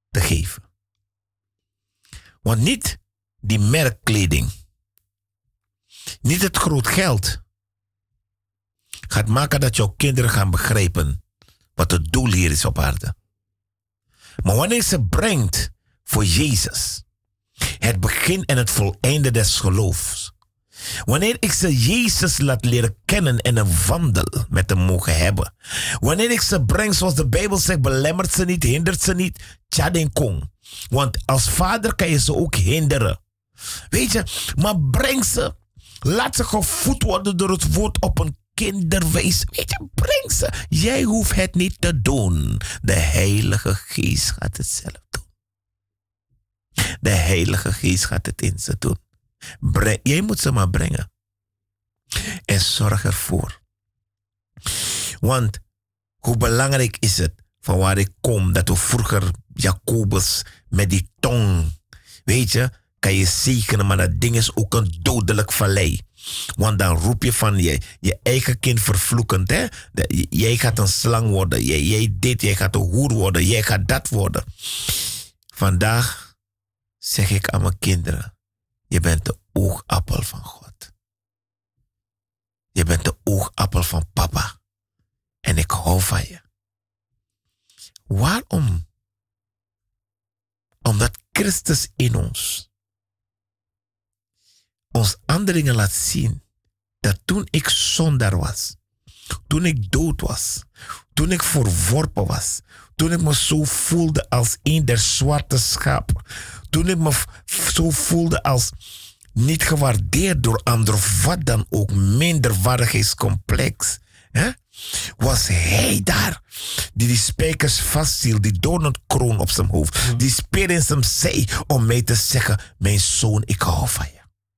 te geven. Want niet die merkkleding, niet het groot geld gaat maken dat jouw kinderen gaan begrijpen wat het doel hier is op aarde. Maar wanneer ze brengt voor Jezus, het begin en het voleinde des geloofs. Wanneer ik ze Jezus laat leren kennen en een wandel met hem mogen hebben. Wanneer ik ze breng, zoals de Bijbel zegt, belemmert ze niet, hindert ze niet. Tja, kong. Want als vader kan je ze ook hinderen. Weet je, maar breng ze. Laat ze gevoed worden door het woord op een kinderwijs. Weet je, breng ze. Jij hoeft het niet te doen. De Heilige Geest gaat het zelf doen. De Heilige Geest gaat het in ze doen. Jij moet ze maar brengen. En zorg ervoor. Want hoe belangrijk is het van waar ik kom, dat we vroeger Jacobus met die tong, weet je, kan je zegenen, maar dat ding is ook een dodelijk vallei. Want dan roep je van je eigen kind vervloekend. Hè? Jij gaat een slang worden. Jij dit, jij gaat een hoer worden. Jij gaat dat worden. Vandaag zeg ik aan mijn kinderen, je bent de oogappel van God. Je bent de oogappel van papa. En ik hou van je. Waarom? Omdat Christus in ons handelingen laat zien dat toen ik zondaar was, toen ik dood was, toen ik verworpen was, toen ik me zo voelde als een der zwarte schapen, toen ik me zo voelde als niet gewaardeerd door anderen, wat dan ook, minderwaardigheidscomplex, hè? Was hij daar die spijkers vasthield, die doornkroon op zijn hoofd, die speer in zijn zij om mij te zeggen, mijn zoon, ik hou van je.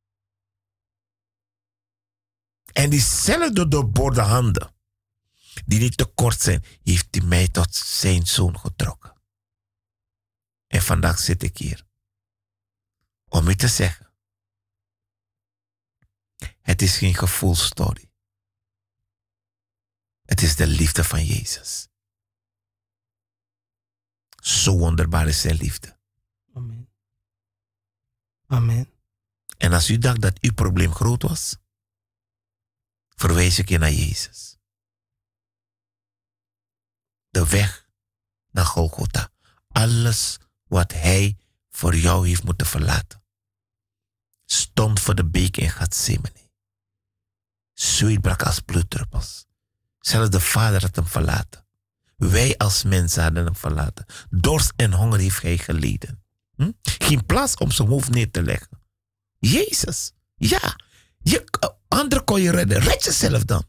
En diezelfde doorboorde handen, die niet te kort zijn, heeft hij mij tot zijn zoon getrokken. En vandaag zit ik hier om u te zeggen, het is geen gevoelsstory. Het is de liefde van Jezus. Zo wonderbaar is zijn liefde. Amen. Amen. En als u dacht dat uw probleem groot was, verwijs ik je naar Jezus. De weg naar Golgotha. Alles wat hij voor jou heeft moeten verlaten, stond voor de beek in Gethsemane. Zweet brak als bloeddruppels. Zelfs de Vader had hem verlaten. Wij als mensen hadden hem verlaten. Dorst en honger heeft hij geleden. Geen plaats om zijn hoofd neer te leggen. Jezus, ja. Anderen kon je redden. Red jezelf dan.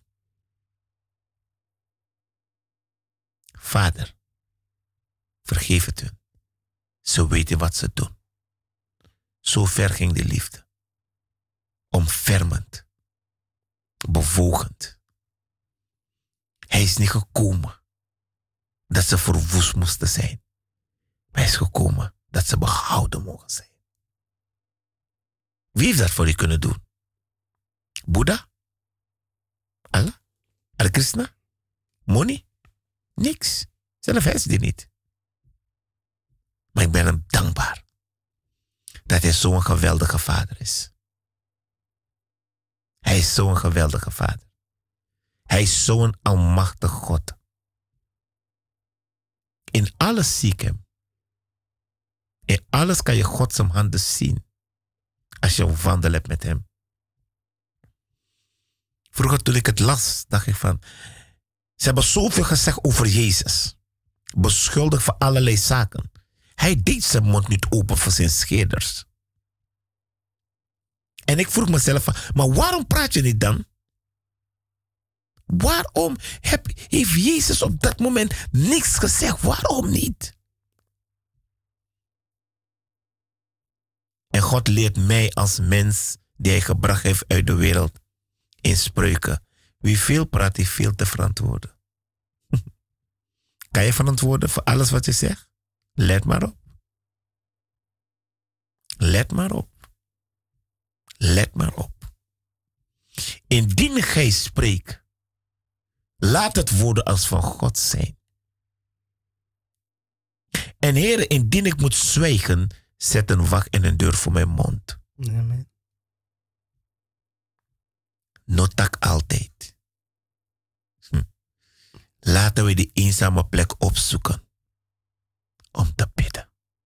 Vader, vergeef het hun. Ze weten wat ze doen. Zo ver ging de liefde. Omvormend. Bevogend. Hij is niet gekomen dat ze verwoest moesten zijn. Maar hij is gekomen dat ze behouden mogen zijn. Wie heeft dat voor je kunnen doen? Boeddha? Allah? Hare Krishna? Moni? Niks. Zelf hij is die niet. Maar ik ben hem dankbaar dat hij zo'n geweldige vader is. Hij is zo'n geweldige vader. Hij is zo'n almachtig God. In alles zie ik hem. In alles kan je Gods handen zien als je wandelt hebt met hem. Vroeger toen ik het las, dacht ik van, ze hebben zoveel gezegd over Jezus. Beschuldigd voor allerlei zaken. Hij deed zijn mond niet open voor zijn scheerders. En ik vroeg mezelf van, maar waarom praat je niet dan? Waarom heeft Jezus op dat moment niks gezegd? Waarom niet? En God leert mij als mens die hij gebracht heeft uit de wereld in Spreuken. Wie veel praat, heeft veel te verantwoorden. Kan je verantwoorden voor alles wat je zegt? Let maar op. Let maar op. Let maar op. Indien gij spreekt, laat het woorden als van God zijn. En Heere, indien ik moet zwijgen, zet een wacht en een deur voor mijn mond. Amen. Notak altijd. Laten we die eenzame plek opzoeken om te bidden.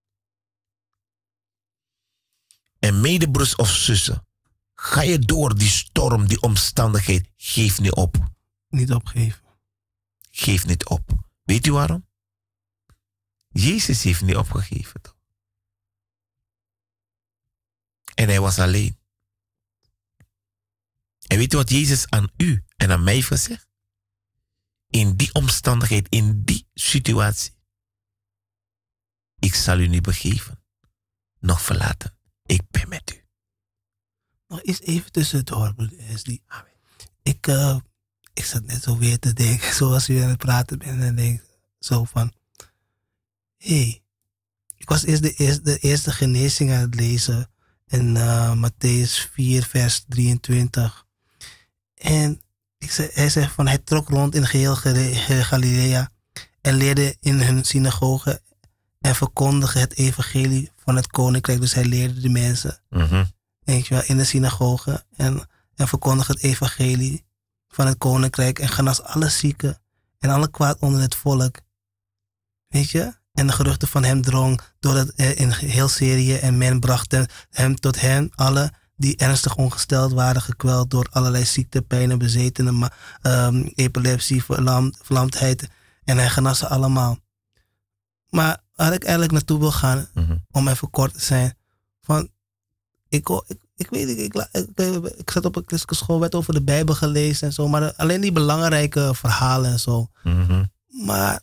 En medebroers of zussen, ga je door die storm, die omstandigheid, geef niet op. Niet opgeven. Geef niet op. Weet u waarom? Jezus heeft niet opgegeven. Toch? En hij was alleen. En weet u wat Jezus aan u en aan mij heeft gezegd? In die omstandigheid, in die situatie. Ik zal u niet begeven, nog verlaten. Ik ben met u. Nog eens even tussendoor, broeder Esli. Ik zat net zo weer te denken, zoals u aan het praten bent. En denk zo van, ik was eerst de eerste genezing aan het lezen. In Matthäus 4, vers 23. En hij zegt van, hij trok rond in geheel Galilea. En leerde in hun synagogen. En verkondigde het evangelie van het koninkrijk. Dus hij leerde de mensen. Weet je wel, in de synagogen. En verkondigde het evangelie van het koninkrijk. En genas alle zieken. En alle kwaad onder het volk. Weet je? En de geruchten van hem drong door in heel Syrië. En men bracht hem tot hen allen die ernstig ongesteld waren, gekweld door allerlei ziekten, pijnen, bezetenen, epilepsie, verlamdheid. En hij genas ze allemaal. Maar waar ik eigenlijk naartoe wil gaan, om even kort te zijn, van, ik weet niet, ik zat op een christelijke school, werd over de Bijbel gelezen en zo, maar alleen die belangrijke verhalen en zo. Maar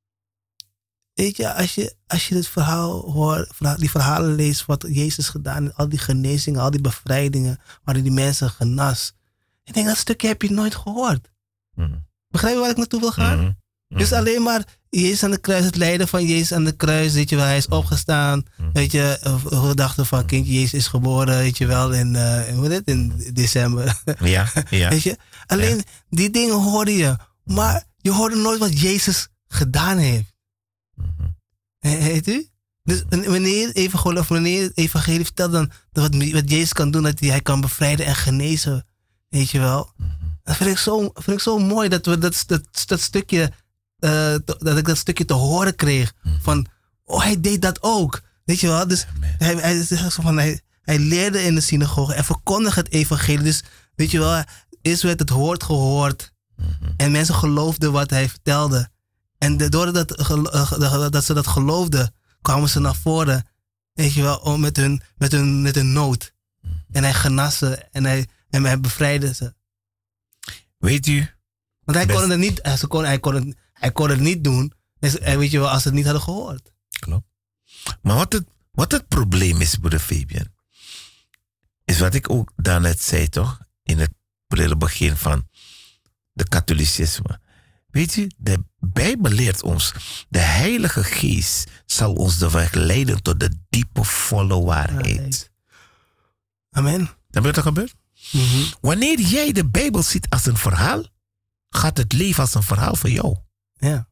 weet je, als je dit verhaal hoort, die verhalen leest wat Jezus gedaan heeft, al die genezingen, al die bevrijdingen, waar hij die mensen genas. Ik denk, dat stukje heb je nooit gehoord. Begrijp je waar ik naartoe wil gaan? Dus alleen maar Jezus aan de kruis, het lijden van Jezus aan de kruis, weet je wel, hij is opgestaan, weet je, we dachten van kindje Jezus is geboren, weet je wel, in december. Ja. Weet je, alleen die dingen hoorde je, maar je hoorde nooit wat Jezus gedaan heeft. Heet u? Dus wanneer het evangelie vertelt dan wat Jezus kan doen, dat hij kan bevrijden en genezen, weet je wel. Dat vind ik zo mooi dat we dat stukje, dat ik dat stukje te horen kreeg van, hij deed dat ook, weet je wel. Dus hij leerde in de synagoge en verkondigde het evangelie. Dus weet je wel, eerst werd het woord gehoord en mensen geloofden wat hij vertelde. En doordat dat ze dat geloofden, kwamen ze naar voren, weet je wel, met hun nood. En hij genas ze en hij bevrijdde ze. Weet u? Want hij kon het niet doen, weet je wel, als ze het niet hadden gehoord. Klopt. Maar wat het probleem is, broeder Fabian, is wat ik ook daarnet zei, toch? In het prille begin van de katholicisme. Weet je, de Bijbel leert ons, de Heilige Geest zal ons de weg leiden tot de diepe, volle waarheid. Amen. Dat wat er gebeurt? Wanneer jij de Bijbel ziet als een verhaal, gaat het leven als een verhaal voor jou. Ja.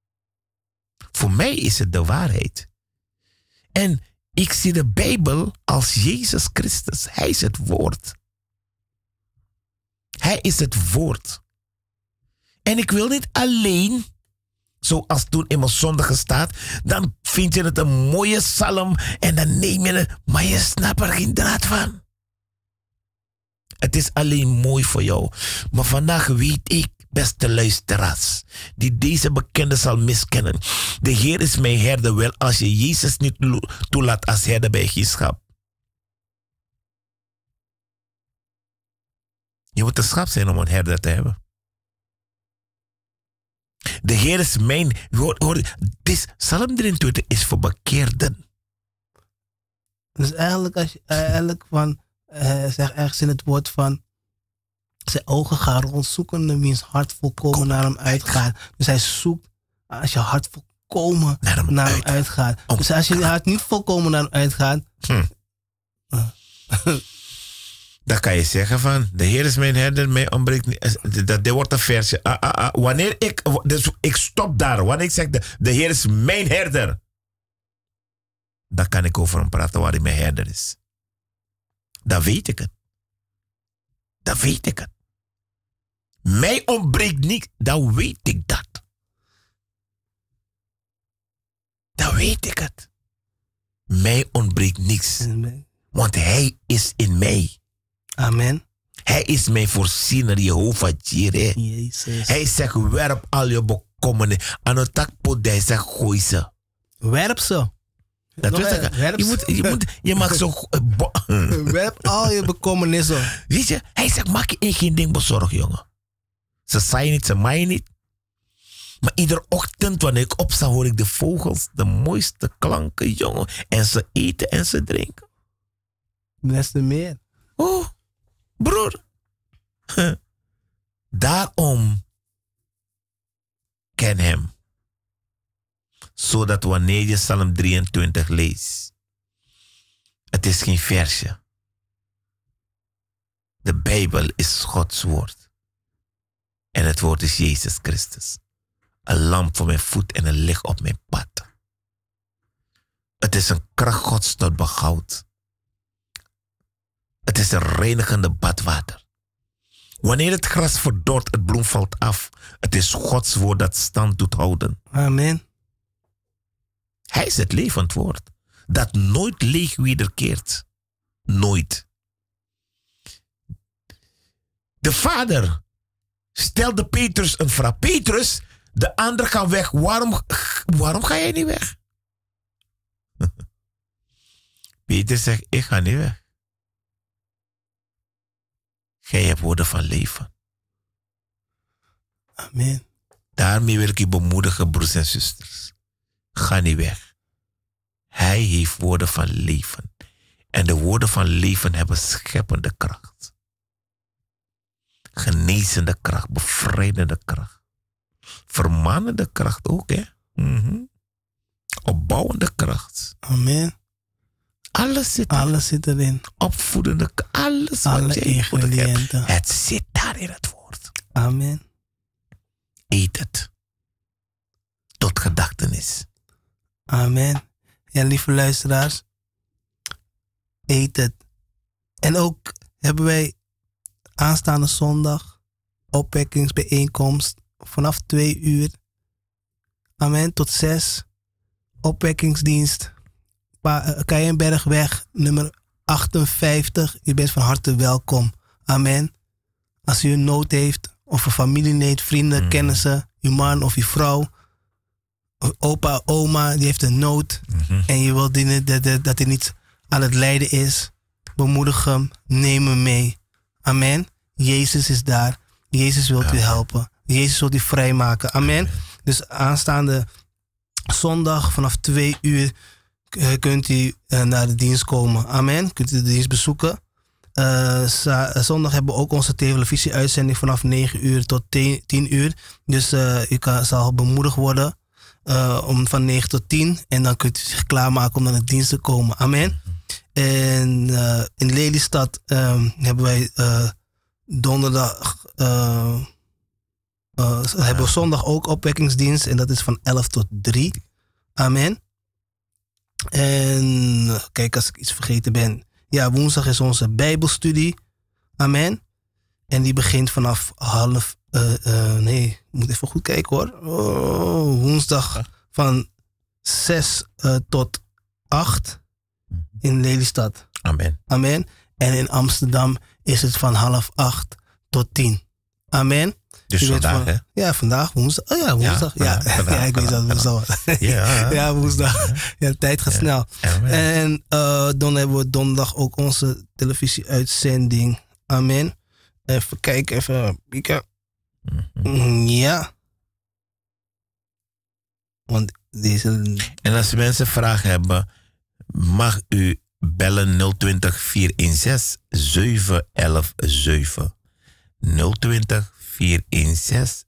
Voor mij is het de waarheid. En ik zie de Bijbel als Jezus Christus. Hij is het woord. Hij is het woord. En ik wil niet alleen, zoals toen in mijn zondige staat, dan vind je het een mooie psalm en dan neem je het, maar je snapt er geen draad van. Het is alleen mooi voor jou. Maar vandaag weet ik, beste luisteraars, die deze bekende zal miskennen. De Heer is mijn herder wel als je Jezus niet toelaat als herder bij je schap. Je moet een schap zijn om een herder te hebben. De Heer is mijn... Psalm 23 is voor bekeerden. Dus eigenlijk, als je zegt ergens in het woord van, zijn ogen gaan rondzoeken, wiens hart volkomen naar hem uitgaat. Dus hij zoekt, als je hart volkomen naar hem uitgaat. Dus als je hart niet volkomen naar hem uitgaat, dan kan je zeggen van, de Heer is mijn herder, mij ontbreekt niet. Dat wordt een versje. Wanneer ik stop daar. Wanneer ik zeg, de Heer is mijn herder. dan kan ik over hem praten waar hij mijn herder is. Dan weet ik het. Dan weet ik het. Mij ontbreekt niets, dan weet ik dat. Dan weet ik het. Mij ontbreekt niets. Want hij is in mij. Amen. Hij is mijn voorziener, Jehovah Jireh. Jezus. Hij zegt, werp al je bekommernis. Aan het takpot, hij zegt, gooi ze. Werp ze. Dat wil zeggen, je mag zo... Werp al je bekommernissen. Weet je, hij zegt, maak je geen ding bezorgd, jongen. Ze zaaien niet, ze maaien niet. Maar iedere ochtend, wanneer ik opsta, hoor ik de vogels, de mooiste klanken, jongen. En ze eten en ze drinken. Des te meer. Oh, broer. Daarom ken hem. Zodat wanneer je Psalm 23 leest, het is geen versje. De Bijbel is Gods woord. En het woord is Jezus Christus. Een lamp voor mijn voet en een licht op mijn pad. Het is een kracht Gods tot behoud. Het is een reinigende badwater. Wanneer het gras verdort, het bloem valt af. Het is Gods woord dat stand doet houden. Amen. Hij is het levend woord. Dat nooit leeg wederkeert. Nooit. De vader stelde Petrus een vraag. Petrus, de ander gaat weg. Waarom ga jij niet weg? Petrus zegt, ik ga niet weg. Gij hebt woorden van leven. Amen. Daarmee wil ik u bemoedigen, broers en zusters. Ga niet weg. Hij heeft woorden van leven. En de woorden van leven hebben scheppende kracht. Genezende kracht, bevrijdende kracht. Vermanende kracht ook, hè? Opbouwende kracht. Amen. Alles zit erin. Opvoedende, alles alle wat je ingrediënten. Het zit daar in het woord. Amen. Eet het. Tot gedachtenis. Amen. Ja, lieve luisteraars. Eet het. En ook hebben wij aanstaande zondag opwekkingsbijeenkomst vanaf 2 uur. Amen. Tot 6. Opwekkingsdienst. Keienbergweg nummer 58. U bent van harte welkom. Amen. Als u een nood heeft, of een familieleed, vrienden, kennissen, uw man of uw vrouw, opa, oma, die heeft een nood. En je wilt dat hij niet aan het lijden is. Bemoedig hem, neem hem mee. Amen. Jezus is daar. Jezus wil u helpen. Jezus wil u vrijmaken. Amen. Dus aanstaande zondag vanaf 2 uur kunt u naar de dienst komen. Amen. Kunt u de dienst bezoeken. Zondag hebben we ook onze televisieuitzending vanaf 9 uur tot 10 uur. Dus u zal bemoedigd worden van 9 tot 10. En dan kunt u zich klaarmaken om naar de dienst te komen. Amen. En in Lelystad hebben wij donderdag... hebben we zondag ook opwekkingsdienst. En dat is van 11 tot 3. Amen. En kijk, als ik iets vergeten ben. Ja, woensdag is onze Bijbelstudie. Amen. En die begint vanaf ik moet even goed kijken hoor. Woensdag van 6 tot 8 in Lelystad. Amen. Amen. En in Amsterdam is het van 7:30 tot 10. Amen. Dus vandaag, hè? Ja, vandaag, woensdag. Oh ja, woensdag. Ja, vandaag, ik weet dat woensdag was. Ja, woensdag. Ja, de tijd gaat snel. Amen. En dan hebben we donderdag ook onze televisieuitzending. Amen. Even kijken, even pieken. Ja. Want deze... En als mensen vragen hebben, mag u bellen 020 416 7117. 020 416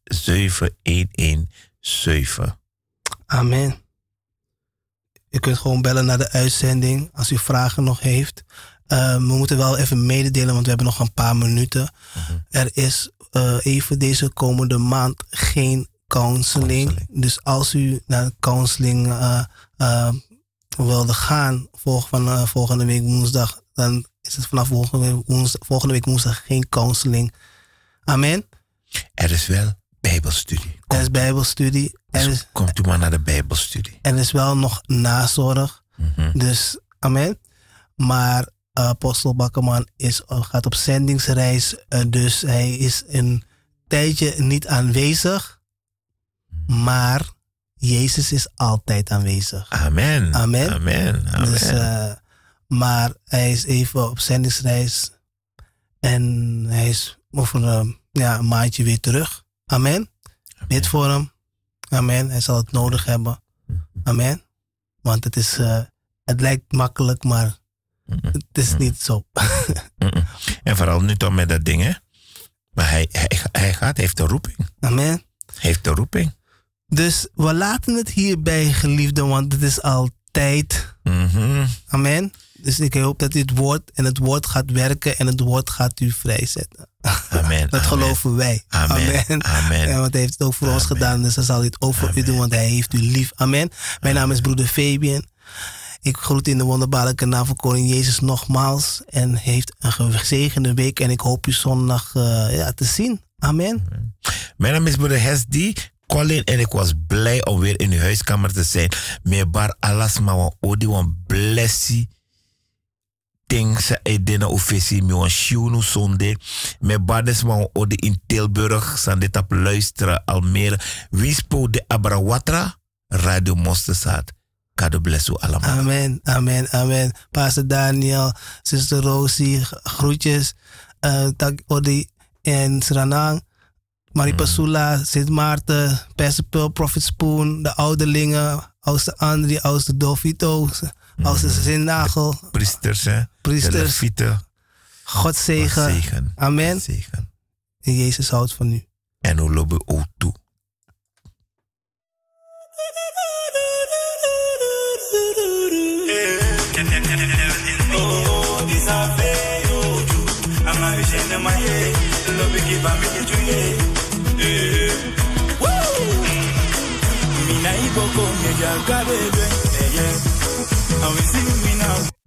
7117. Amen. U kunt gewoon bellen naar de uitzending als u vragen nog heeft. We moeten wel even mededelen, want we hebben nog een paar minuten. Er is even deze komende maand geen counseling. Dus als u naar de counseling wilde gaan volgende week woensdag, dan is het vanaf volgende week woensdag geen counseling. Amen. Er is wel bijbelstudie. Er is bijbelstudie. Komt u maar naar de bijbelstudie. Er is wel nog nazorg. Dus amen. Maar apostel Bakkerman gaat op zendingsreis. Dus hij is een tijdje niet aanwezig. Maar Jezus is altijd aanwezig. Amen. Amen. Amen. Amen. Dus, maar hij is even op zendingsreis. En hij is over een maandje weer terug. Amen. Bid voor hem. Amen. Hij zal het nodig hebben. Amen. Want het lijkt makkelijk, maar het is niet zo. En vooral nu toch met dat ding, hè? Maar hij heeft de roeping. Amen. Hij heeft de roeping. Dus we laten het hierbij, geliefden, want het is altijd. Amen. Dus ik hoop dat het woord gaat werken en het woord gaat u vrijzetten. Amen. Dat geloven wij. Amen. Amen. En want hij heeft het ook voor ons gedaan, dus dan zal hij het ook voor u doen, want hij heeft u lief. Amen. Mijn naam is broeder Fabian. Ik groet in de wonderbaarlijke naam van Koning Jezus nogmaals. En heeft een gezegende week en ik hoop u zondag te zien. Amen. Mijn naam is broeder Hesdy Colin en ik was blij om weer in uw huiskamer te zijn. Me bar alas ma wan odi wan blessie. Things edena ofesi mi wan shiunu sonde. Me bades ma wan odi in Tilburg. Sande tap luisteren Almere. Wispo de Abrawatra. Radio Mosterzaad. God bless u allemaal. Amen, amen, amen. Pastor Daniel, Sister Rosie, groetjes. Tak Odi en Sranang. Marie Pasula, Sint Maarten, Pastor Pearl, Prophet Spoon, de ouderlingen, Auster Andri, Auster Dovito, Auster Zinnagel. Priesters, hè? Priesters. God zegen. Zegen. Amen. Zegen. En Jezus houdt van u. En hoe lopen ook toe. Mina iboko meja kabebe, I'm